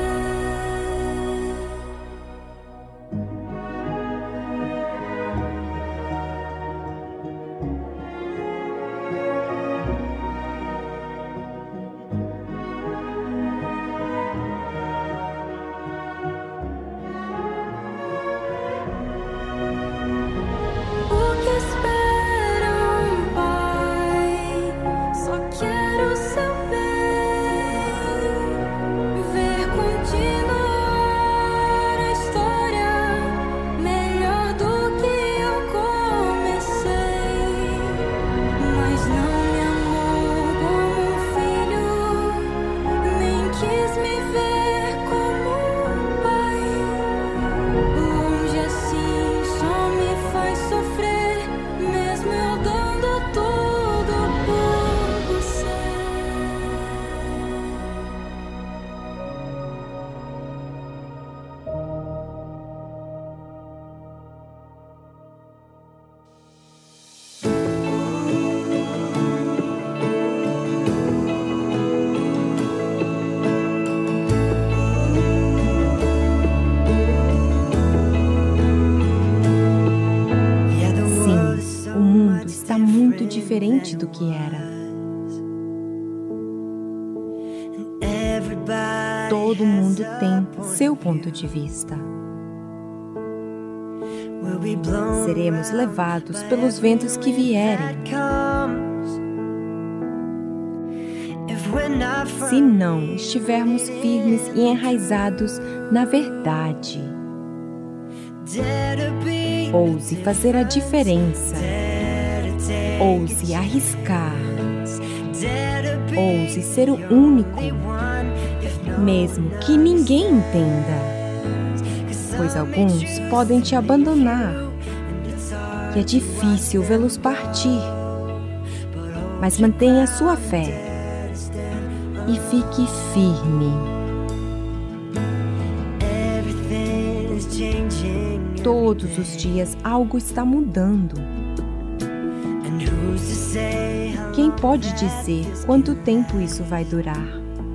O que espera um pai? Só quero seu bem, ver continuar a história melhor do que eu comecei. Mas não me amou como um filho, nem quis me ver como um pai. Longe assim só me faz sofrer, mesmo eu dando tudo por você. Sim, o mundo está muito diferente do que era. Todo mundo tem seu ponto de vista. Seremos levados pelos ventos que vierem. Se não estivermos firmes e enraizados na verdade. Ouse fazer a diferença. Ouse arriscar. Ouse ser o único, mesmo que ninguém entenda. Pois alguns podem te abandonar e é difícil vê-los partir. Mas mantenha sua fé e fique firme. Todos os dias algo está mudando. Quem pode dizer quanto tempo isso vai durar?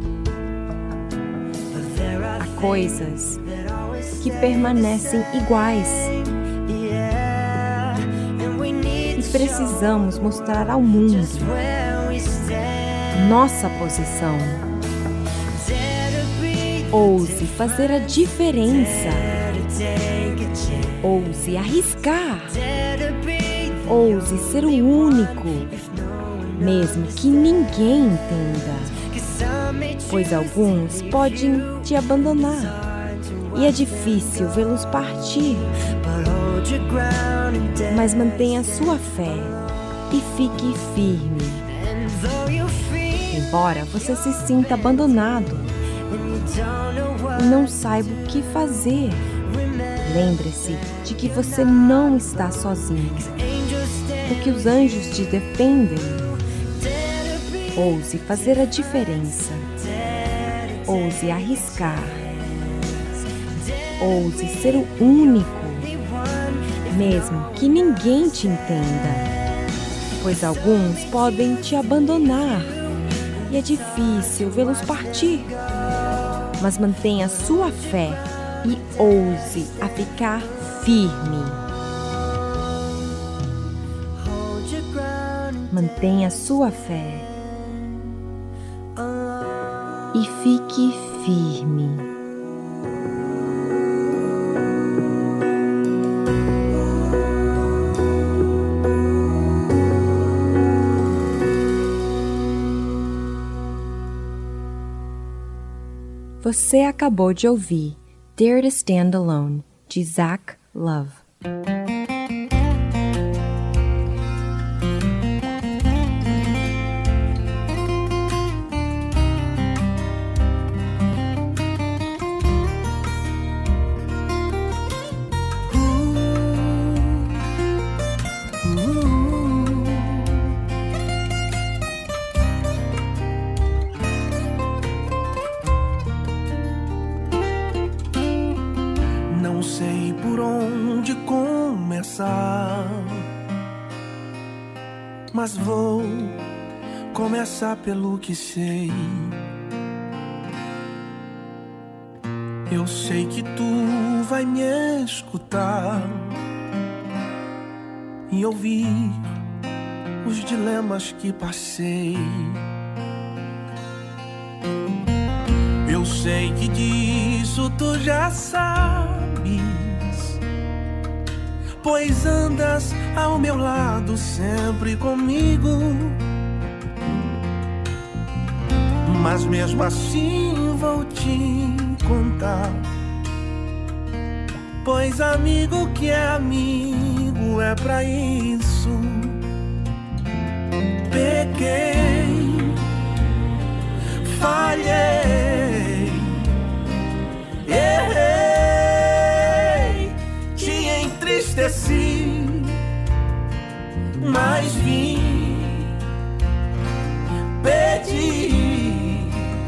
Há coisas que permanecem iguais e precisamos mostrar ao mundo nossa posição. Ouse fazer a diferença. Ouse arriscar. Ouse ser o único, mesmo que ninguém entenda. Pois alguns podem te abandonar e é difícil vê-los partir. Mas mantenha sua fé e fique firme. Embora você se sinta abandonado e não saiba o que fazer, lembre-se de que você não está sozinho, porque os anjos te defendem. Ouse fazer a diferença. Ouse arriscar. Ouse ser o único, mesmo que ninguém te entenda. Pois alguns podem te abandonar e é difícil vê-los partir. Mas mantenha sua fé e ouse a ficar firme. mantenha sua fé e fique firme. Você acabou de ouvir Dare to Stand Alone, de Zach Love. Mas vou começar pelo que sei. Eu sei que tu vai me escutar e ouvir os dilemas que passei. Eu sei que disso tu já sabes, pois andas ao meu lado sempre comigo. Mas mesmo assim vou te contar, pois amigo que é amigo é pra isso. Pequei, falhei, errei, te entristeci, mas vim pedir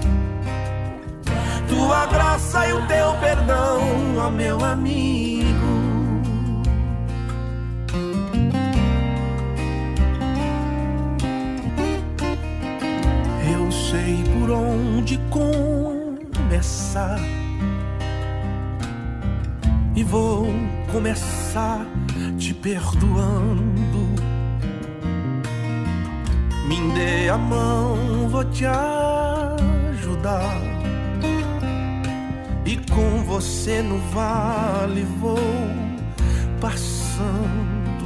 tua graça e o teu perdão, ó meu amigo. Eu sei por onde começar e vou começar te perdoando. Me dê a mão, vou te ajudar, e com você no vale vou passando.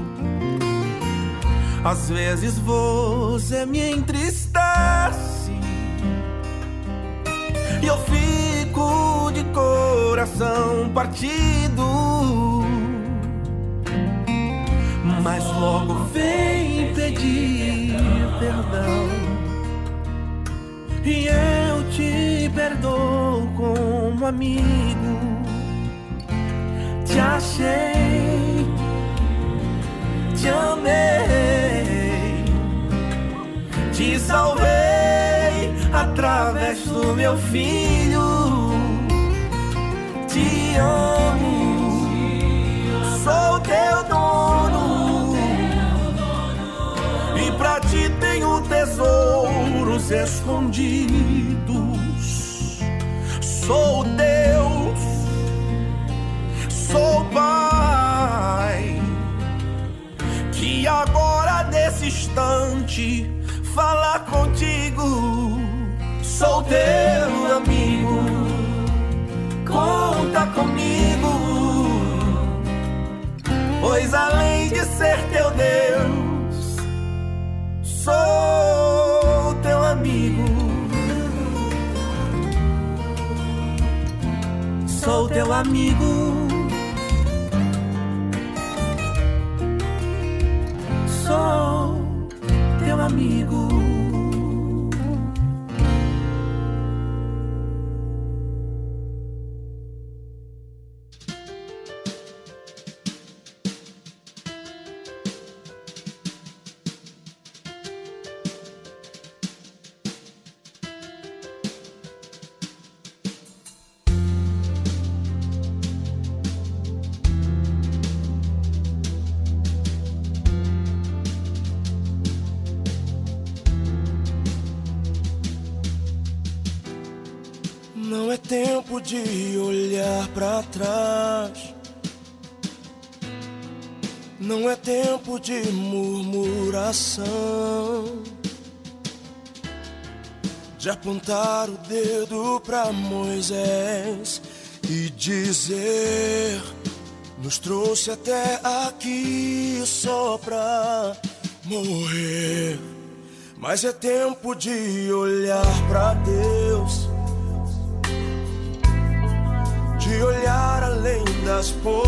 Às vezes você me entristece e eu fico de coração partido, mas logo vem pedir perdão e eu te perdoo como amigo. Te achei, te amei, te salvei através do meu filho. Te amo, sou teu dono, e pra ti tenho tesouros escondidos. Sou Deus, sou Pai, que agora nesse instante fala contigo. Sou teu amigo, conta comigo, pois além de ser teu Deus, sou teu amigo. Sou teu amigo, sou teu amigo. Não é tempo de olhar pra trás. Não é tempo de murmuração, de apontar o dedo pra Moisés e dizer: nos trouxe até aqui só pra morrer. Mas é tempo de olhar pra Deus, de olhar além das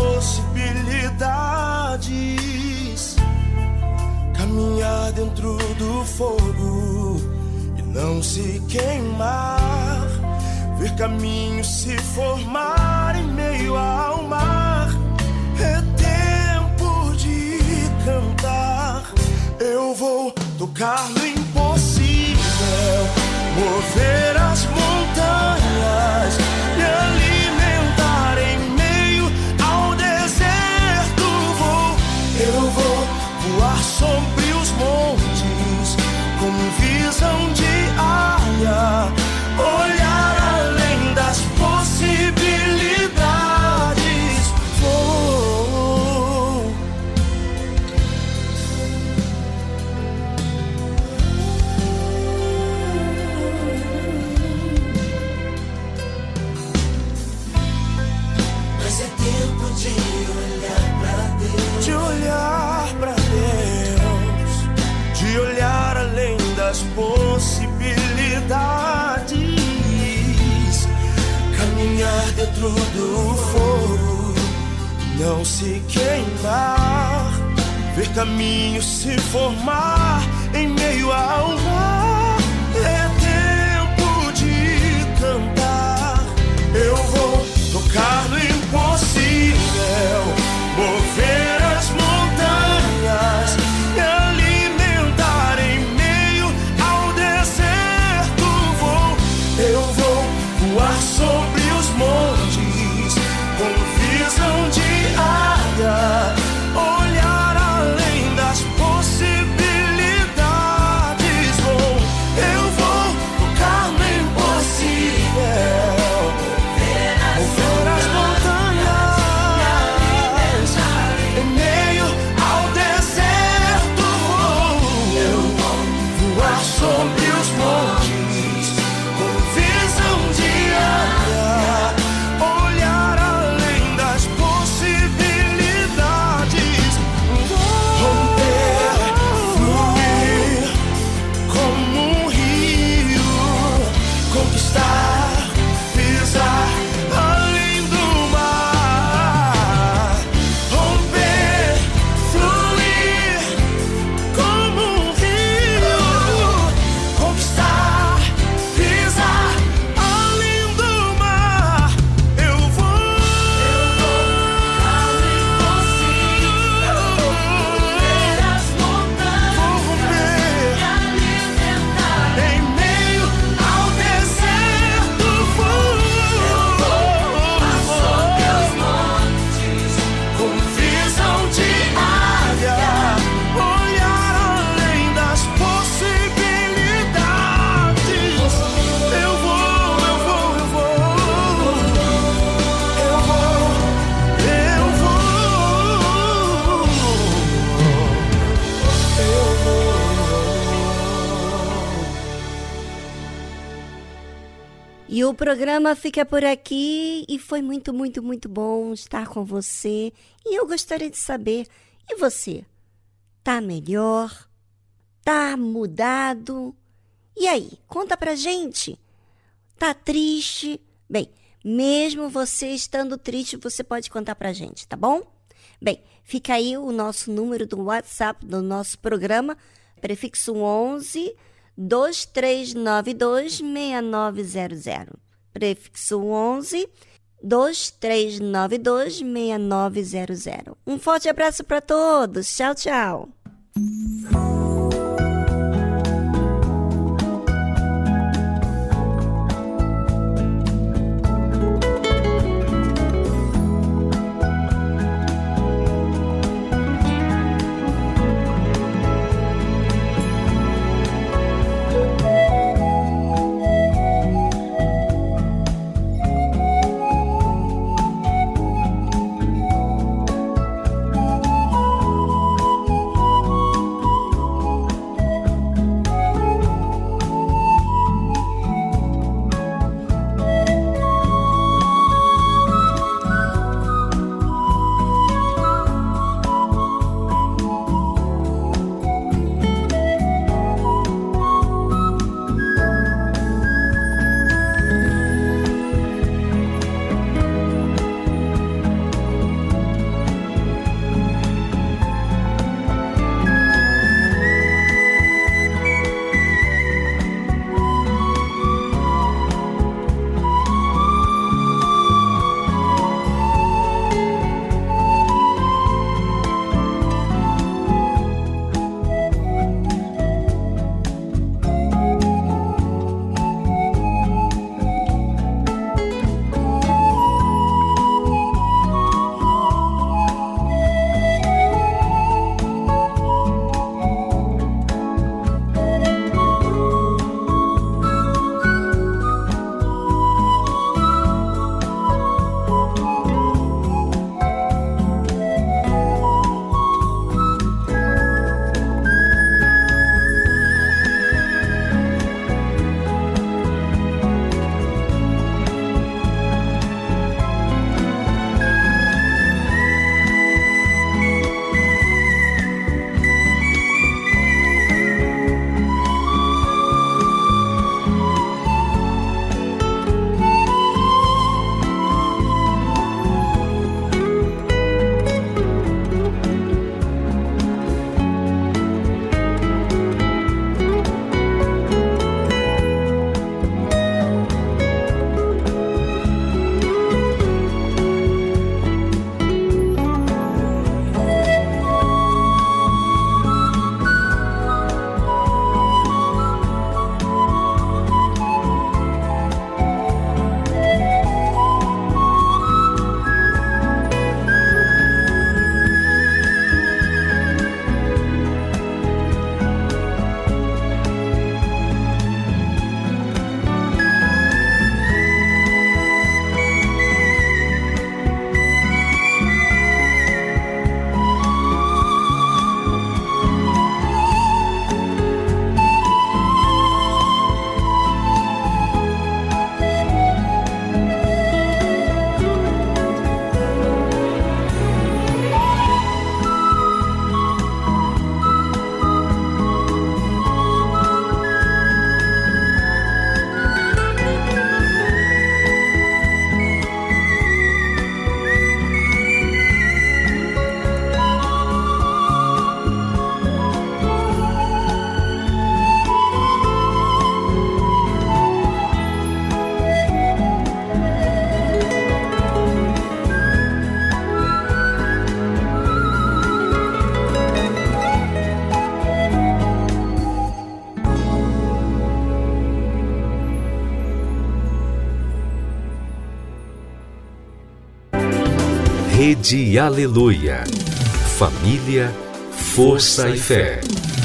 possibilidades, caminhar dentro do fogo e não se queimar, ver caminhos se formar em meio ao mar. É tempo de cantar, eu vou tocar no impossível, mover as montanhas e alimentar em meio ao deserto. Vou, eu vou voar sobre os montes com visão de águia, olhar além das possibilidades. Vou. Mas é tempo de olhar pra Deus, de olhar pra Deus, de olhar além das possibilidades, caminhar dentro do fogo, não se queimar, ver caminhos se formar em meio ao mar. É tempo de cantar, eu vou tocar no impossível, mover as montanhas e alimentar em meio ao deserto. Vou, eu vou voar sobre os montes com visão de águia, olhar além das possibilidades. Vou, eu vou tocar no impossível, mover as montanhas em meio ao deserto. Eu vou voar sobre os montes com visão de águia, olhar além das possibilidades. Romper, fluir como um rio, conquistar, pisar além do mar. Romper, fluir como um rio, conquistar, pisar além do mar. Eu vou, eu vou além possível, mover as montanhas, vou romper e alimentar em meio ao deserto. Vou, eu vou sobre os montes com visão de águia, olhar além das possibilidades. Eu vou, eu vou, eu vou, eu vou, eu vou, eu vou. E o programa fica por aqui e foi muito, muito, muito bom estar com você. E eu gostaria de saber, e você? Tá melhor? Tá mudado? E aí, conta pra gente. Tá triste? Bem, mesmo você estando triste, você pode contar pra gente, tá bom? Bem, fica aí o nosso número do WhatsApp do nosso programa, prefixo onze, dois três nove dois, seis nove zero zero. Prefixo onze, dois três nove dois, seis nove zero zero. Um forte abraço para todos. Tchau, tchau. Rede Aleluia. Família, força e fé.